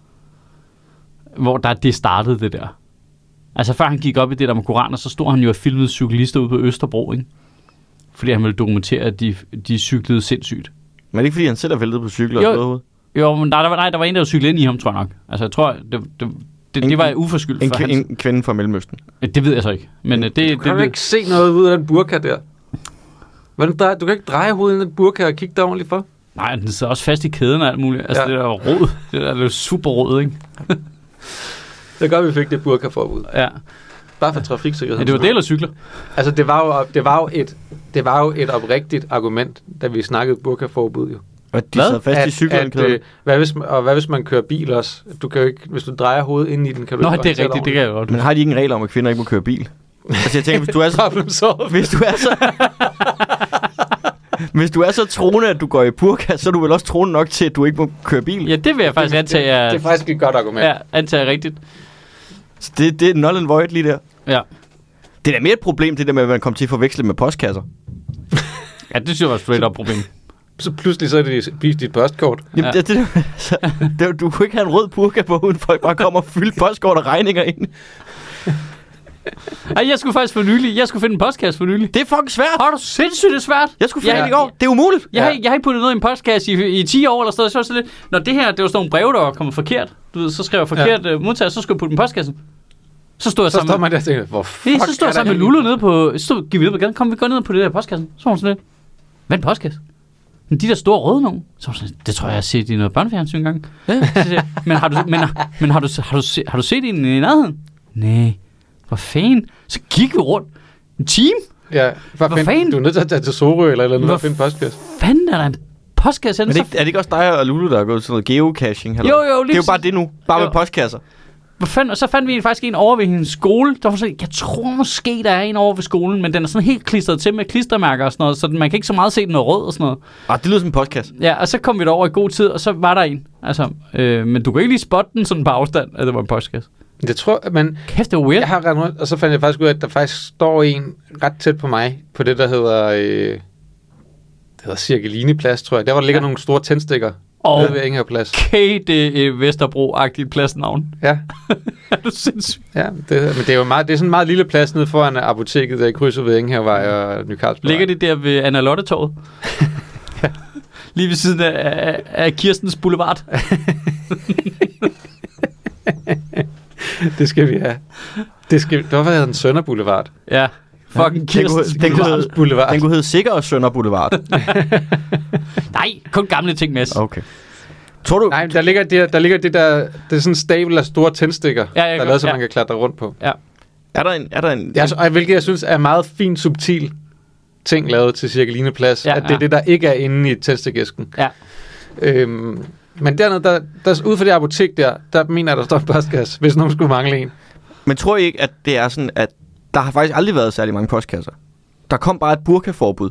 hvor det startede det der. Altså, før han gik op i det der med koraner, så stod han jo og filmede cyklister ude på Østerbro, ikke? Fordi han ville dokumentere, at de cyklede sindssygt. Men er det ikke, fordi han selv er væltet på cykler og slået hovedet? Jo, men der var en, der cyklede ind i ham, tror jeg nok. Altså, jeg tror, det var uforskyldt for en kvinde fra Mellemøsten. Det ved jeg så ikke. Men du kan ikke se noget ud af den burka der. Du kan ikke dreje hovedet i den burka og kigge der ordentligt for. Nej, den sidder også fast i kæden og alt muligt. Altså, det der rod. Det der er super rod, ikke? Det er godt, vi fik det burka-forbud. Ja. Bare for trafiksikkerhed. Ja, det var det eller cykler? Altså, det var jo et oprigtigt argument, da vi snakkede burka-forbud jo. Og de sad fast i cyklen. Hvad hvis man kører bil også? Du kan jo ikke, hvis du drejer hovedet ind i den, kan du ikke... Nå, det er rigtigt, det kan jeg godt. Men har de ikke en regel om, at kvinder ikke må køre bil? Altså, jeg tænker, hvis du er så troende, at du går i burka, så er du vel også troende nok til, at du ikke må køre bil? Ja, det vil jeg faktisk antage. Det er faktisk et godt argument. Ja, antager rigtigt. Så det er null and void lige der. Ja. Det er da mere et problem, det der med, at man kommer til at forveksle med postkasser. Ja, det synes jeg var et straight up problem. Så pludselig så er det dit postkort. Jamen, du kunne ikke have en rød burka på, uden folk bare kommer og fylde postkort og regninger ind. Ej, jeg skulle faktisk for nylig. Jeg skulle finde en postkasse for nylig. Det er fucking svært. Har du sindssygt det svært? Jeg skulle finde det i går. Det er umuligt. Jeg har ikke puttet noget i en postkasse i 10 år eller sådan noget. Så var det lidt. Når det her, det var sådan nogle breve, der var kommet forkert. Du ved, så skrev jeg forkert modtager, så skulle jeg putte den i postkassen. Så stod jeg sammen. Så står man der og tænker, hvor fuck så stod jeg sammen med Lulu nede på. Gik vi ned på gaden. Kom, vi går ned på det der postkassen. Så var hun sådan lidt. Hvad er en postkasse? Men de der store røde nogen. Så sådan, det tror jeg har set i noget børnefjernsyn engang. Ja. Men har du set den i nærheden? Nej. Hvor fanden? Så gik vi rundt en time. Ja, hvad fanden? Du er nødt til at tage til Sorø eller noget og finde postkasse. Fanden er der en Postkasse? Er det ikke også dig og Lulu, der er gået til noget geocaching? Eller? Jo, det er jo bare det nu. Bare med postkasser. Og så fandt vi faktisk en over ved hendes skole. Der var sådan, jeg tror måske, der er en over ved skolen, men den er sådan helt klistret til med klistermærker og sådan noget, så man kan ikke så meget se den rød og sådan noget. Det lyder som en postkasse. Ja, og så kom vi derover i god tid, og så var der en. Altså, men du kan ikke lige spotte den sådan på afstand, at det var en postkasse. Jeg tror, men... Kæft, det var weird. Jeg har rendt rundt, og så fandt jeg faktisk ud af, at der faktisk står en ret tæt på mig, på det, der hedder... det hedder Cirkeline-plads, tror jeg. Der, hvor der ligger nogle store tændstikker. Og ved Enghaveplads. Okay, det er Vesterbro-agtigt pladsnavn. Ja. Er du sindssygt? Ja, men det er jo meget, det er sådan en meget lille plads nede foran apoteket, der i krydset ved Enghavevej og Ny Carlsberg. Ligger det der ved Anna Lotte-torvet? Ja. Lige ved siden af Kirstens Boulevard. Det skal vi have. Hvorfor hedder den Sønder Boulevard? Ja. Fucking Kirstens Boulevard. Den kunne hedde Sikker og Sønder Boulevard. Nej, kun gamle ting, Mads. Okay. Tror du... Nej, der ligger det der... Det er sådan en stabel af store tændstikker, der er lavet, så man kan klatre rundt på. Ja. Er der en... Ja, hvilket jeg synes er meget fint, subtil ting lavet til Cirkelineplads. Ja, at det er det, der ikke er inde i tændstikæsken. Ja. Men dernede, der ud for det apotek der mener jeg, der står en postkasse, hvis nogen skulle mangle en. Men tror I ikke, at det er sådan, at der har faktisk aldrig været særlig mange postkasser? Der kom bare et burkaforbud.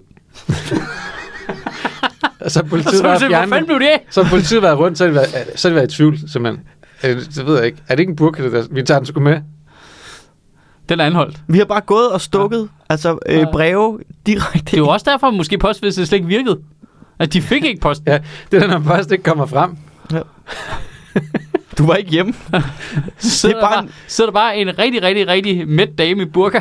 Så politiet var rundt, så har de været i tvivl, simpelthen. Det ved jeg ikke. Er det ikke en burka, det der? Vi tager den sgu med. Den er anholdt. Vi har bare gået og stukket breve direkte. Det er jo også derfor, måske postvæsenet slet ikke virkede. At de fik ikke post. Ja, det er når post ikke kommer frem. Ja. Du var ikke hjemme. Sidder der bare en rigtig, rigtig, rigtig mæt dame i burka.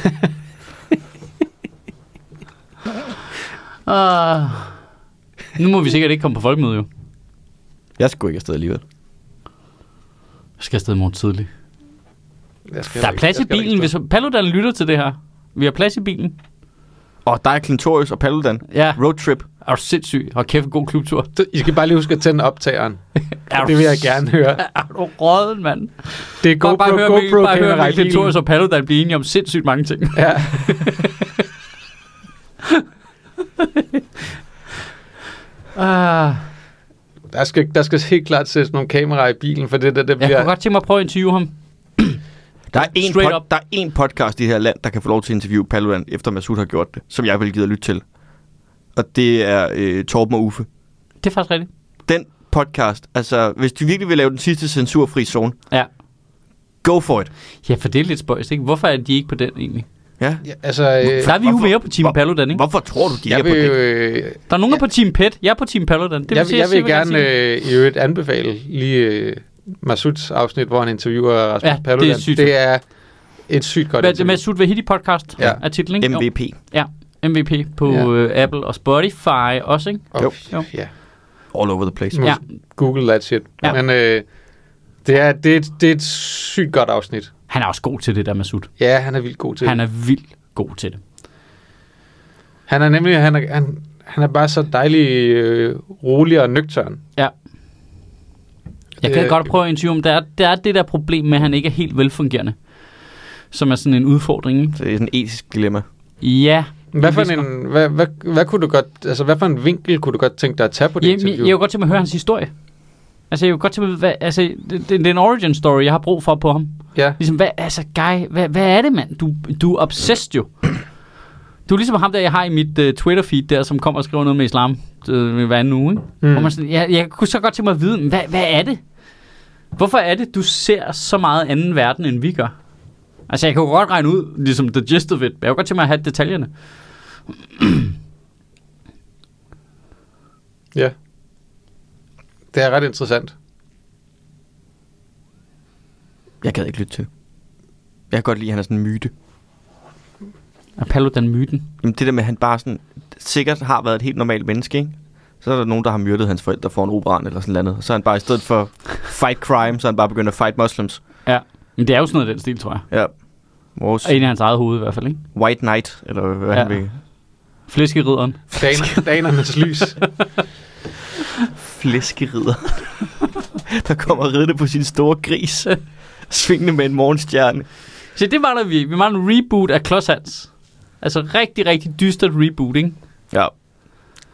Nu må vi sikkert ikke komme på folkemøde, jo. Jeg skal ikke afsted alligevel. Jeg skal afsted i morgen tidligt. Der er plads i bilen, hvis Paludan lytter til det her. Vi har plads i bilen. Og der er Klintorius og Paludan. Ja. Roadtrip. Er du sindssyg? Og kæft en god klubtur. I skal bare lige huske at tænde optageren. Det vil jeg gerne høre. Er du råden, mand? Det er GoPro. Bare høre Klintorius og Paludan blive enige om sindssygt mange ting. Ja. Der skal helt klart sættes nogle kameraer i bilen, for det bliver... Jeg kunne godt tænke mig at prøve at interviewe ham. Der er en podcast i det her land, der kan få lov til at interviewe Paludan, efter Masud har gjort det, som jeg vil give at lytte til. Og det er Torben og Uffe. Det er faktisk rigtigt. Den podcast, altså hvis du virkelig vil lave den sidste censurfri zone, go for it. Ja, for det er lidt spøjst, ikke? Hvorfor er de ikke på den egentlig? Ja, altså... Der er vi jo mere på Team Paludan, ikke? Hvorfor tror du, de er på det? Der er nogen på Team Pet, jeg er på Team Paludan. Det jeg vil gerne i øvrigt anbefale lige Masuds afsnit, hvor han interviewer Rasmus Paludan. Det er et sygt godt interview. Masud Vahidi podcast er titlen, ikke? MVP. Ja, MVP på Apple og Spotify også, ikke? Jo. Ja. All over the place. Ja. Google that shit. Ja. Men det er et sygt godt afsnit. Han er også god til det der, Masud. Ja, han er vildt god til det. Han er vildt god til det. Han er nemlig, han er bare så dejlig rolig og nøgtern. Ja. Jeg kan godt prøve at interviewe om, der er det der problem med, at han ikke er helt velfungerende. Som er sådan en udfordring, ikke? Så det er sådan en etisk dilemma. Ja. Hvad kunne du godt, altså hvad for en vinkel kunne du godt tænke dig at tage på det interview? Jeg kunne godt tænke mig at høre hans historie. Altså jeg kunne godt tænke mig, det er en origin story, jeg har brug for på ham. Ja. Ligesom, hvad er det, mand? Du er obsessed jo. Du er ligesom ham der, jeg har i mit Twitter-feed der, som kommer og skriver noget med islam hver anden uge, ikke? Hvor man sådan, jeg kunne så godt tænke mig at vide, hvad er det? Hvorfor er det, du ser så meget anden verden, end vi gør? Altså, jeg kan jo godt regne ud, ligesom the gist of it, men jeg kunne godt tænke mig at have detaljerne. Ja. Det er ret interessant. Jeg gad ikke lytte til. Jeg kan godt lide, at han er sådan en myte. Er Paludan myten? Jamen det der med, at han bare sådan sikkert har været et helt normalt menneske, ikke? Så er der nogen, der har myrdet hans forældre for en operan eller sådan noget. Så er han bare i stedet for fight crime, så er han bare begyndt at fight muslims. Ja, men det er jo sådan noget af den stil, tror jeg. Ja. Og en af hans eget hoved i hvert fald, ikke? White Knight, eller hvad han vil. Flæskeridderen. Danernes lys. Flæskeridder. Der kommer ridende på sin store gris. Svingende med en morgenstjerne. Så det var der vi. Vi var en reboot af Klods Hans. Altså rigtig, rigtig dystert reboot, ikke? Ja.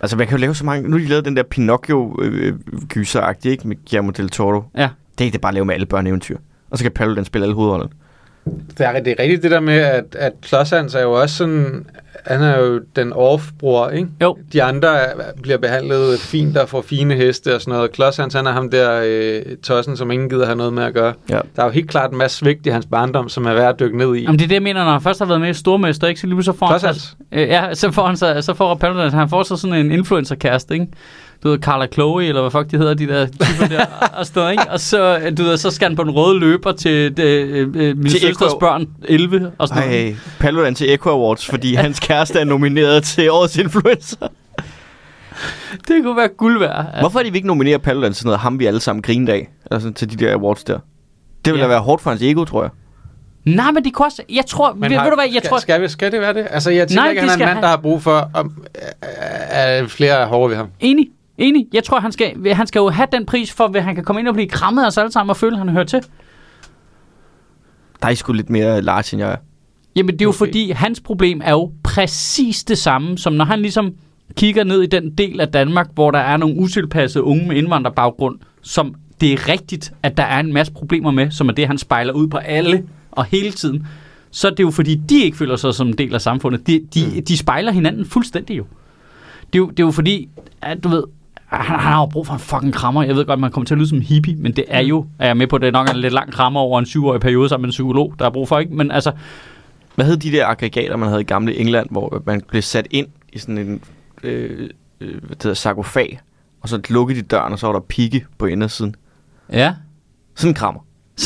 Altså, man kan jo lave så mange... Nu har de lavet den der Pinocchio-gyser-agtige, ikke? Med Guillermo del Toro. Ja. Det er det bare at lave med alle børneeventyr. Og så kan Paludan spille alle hovedrollerne. Det er rigtigt det der med, at Klodshands er jo også sådan... Han er jo den off-bror, ikke? Jo. De andre bliver behandlet fint og får fine heste og sådan noget. Klodshands, han er ham der tossen, som ingen gider have noget med at gøre. Ja. Der er jo helt klart en masse svigt i hans barndom, som er værd at dykke ned i. Jamen det er det, jeg mener, når han først har været med i Stormester, ikke? Så lige så får han så får Paludan, han får så sådan en influencer-kæreste, ikke? Du ved, Carla Chloe, eller hvad fuck de hedder, de der typer der, og sådan, ikke? Og så, du ved, så skal han på den røde løber til min søsters børn 11, og sådan noget. Paludan til Echo Awards, fordi hans kæreste er nomineret til årets influencer. Det kunne være guld værd. Hvorfor er de ikke nominere Paludan til noget, ham vi alle sammen griner af, altså til de der awards der? Det ville da være hårdt for hans ego, tror jeg. Nej, men de kunne også... Jeg tror... Ved du hvad, skal det være det? Altså, jeg tænker ikke, han er en mand, der har brug for flere hårde ved ham. Enig. Jeg tror, han skal jo have den pris for, at han kan komme ind og blive krammet af os alle sammen og føle, at han hører til. Der er sgu lidt mere Lars, end jeg er. Jamen, det er jo fordi, hans problem er jo præcis det samme, som når han ligesom kigger ned i den del af Danmark, hvor der er nogle utilpassede unge med indvandrerbaggrund, som det er rigtigt, at der er en masse problemer med, som er det, han spejler ud på alle og hele tiden. Så det er jo fordi, de ikke føler sig som en del af samfundet. De spejler hinanden fuldstændig jo. Det er jo fordi, at du ved, han har jo brug for en fucking krammer. Jeg ved godt, man kommer til at lyde som en hippie, men det er jo, er jeg med på, det er nok en lidt lang krammer over en 7-årig periode sammen med en psykolog, der er brug for, ikke? Men altså... Hvad hed de der aggregater, man havde i gamle England, hvor man blev sat ind i sådan en sarkofag, og så lukkede de døren, og så var der pigge på indersiden? Ja. Sådan en krammer.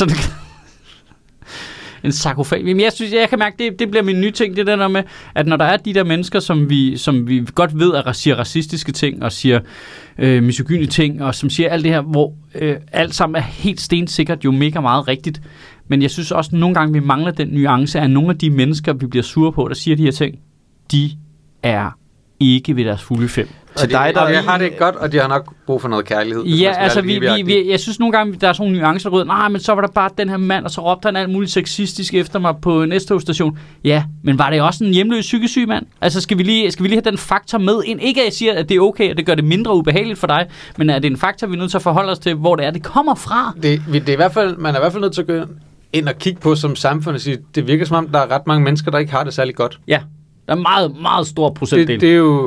En sarkofag. Men jeg synes, jeg kan mærke, det bliver min nye ting, det der med, at når der er de der mennesker, som vi godt ved, at siger racistiske ting, og siger misogyne ting, og som siger alt det her, hvor alt sammen er helt stensikkert jo mega meget rigtigt. Men jeg synes også, at nogle gange, vi mangler den nuance af nogle af de mennesker, vi bliver sure på, der siger de her ting, de er ikke ved deres fulde fem. Til dig, der har det godt, og de har nok brug for noget kærlighed. Ja, altså jeg synes nogle gange, der er sådan nogle nuancer derude. Nej, men så var der bare den her mand, og så råbte han alt muligt sexistisk efter mig på en S-togstation. Ja, men var det også en hjemløs psykisk syg mand? Altså skal vi lige have den faktor med ind? Ikke at jeg siger, at det er okay, og det gør det mindre ubehageligt for dig, men er det en faktor, vi er nødt til at forholde os til, hvor det kommer fra? Det er i hvert fald, man er i hvert fald nødt til at gå ind og kigge på som samfund og sige, det virker som om, der er ret mange mennesker, der ikke har det særlig godt. Ja, der er meget, meget stor procentdel.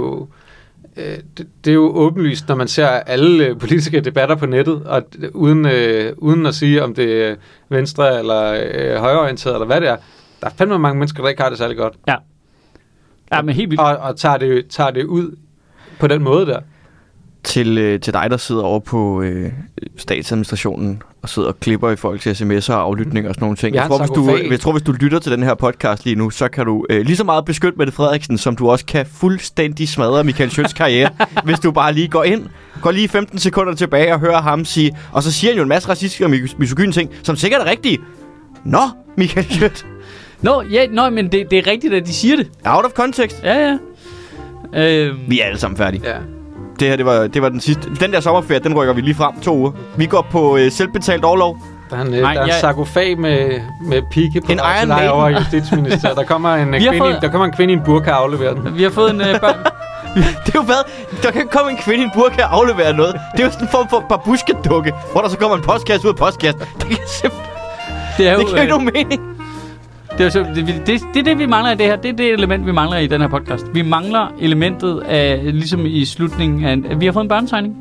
Det er jo åbenlyst, når man ser alle politiske debatter på nettet, og uden at sige, om det er venstre eller højreorienteret, eller hvad det er. Der er fandme mange mennesker, der ikke har det særlig godt. Ja, men helt vildt. Og tager det ud på den måde der. Til dig, der sidder over på statsadministrationen og sidder og klipper i folk til sms'er og aflytninger og sådan nogle ting. Jeg tror, hvis du lytter til den her podcast lige nu, så kan du lige så meget beskytte Mette Frederiksen, som du også kan fuldstændig smadre Michael Schøtz karriere, hvis du bare lige går lige 15 sekunder tilbage og hører ham sige, og så siger han jo en masse racistiske og misogyne ting, som sikkert er rigtige. Nå, Michael Schøtz. Men det er rigtigt, at de siger det. Out of context. Ja. Vi er alle sammen færdige. Ja. Det her, det var den sidste. Den der sommerferie, den rykker vi lige frem 2 uger. Vi går på selvbetalt overlov. Der er en sarkofag med pigge på vej over Justitsministeriet. Der kommer en kvinde i en burka og afleverer den. Vi har fået en børn. Det er jo hvad? Der kan komme en kvinde i en burka og aflevere noget. Det er jo sådan en form for babushka-dukke, hvor der så kommer en postkasse ud af postkassen. Det giver ikke nogen mening. Det er det, vi mangler i det her. Det er det element, vi mangler i den her podcast. Vi mangler elementet af, ligesom i slutningen af... Vi har fået en børnetegning.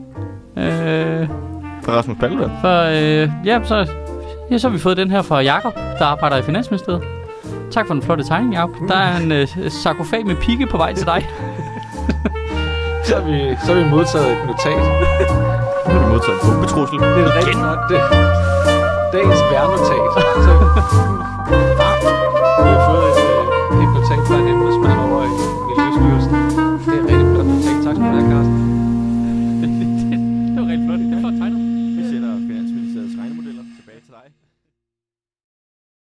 Fra Rasmus Paludan? Så har vi fået den her fra Jakob, der arbejder i Finansministeriet. Tak for den flotte tegning, Jakob. Der er en sarkofag med pigge på vej til dig. så har vi modtaget et notat. Nu har vi modtaget en bombetrussel. Det er rigtig godt. Dagens værnotat.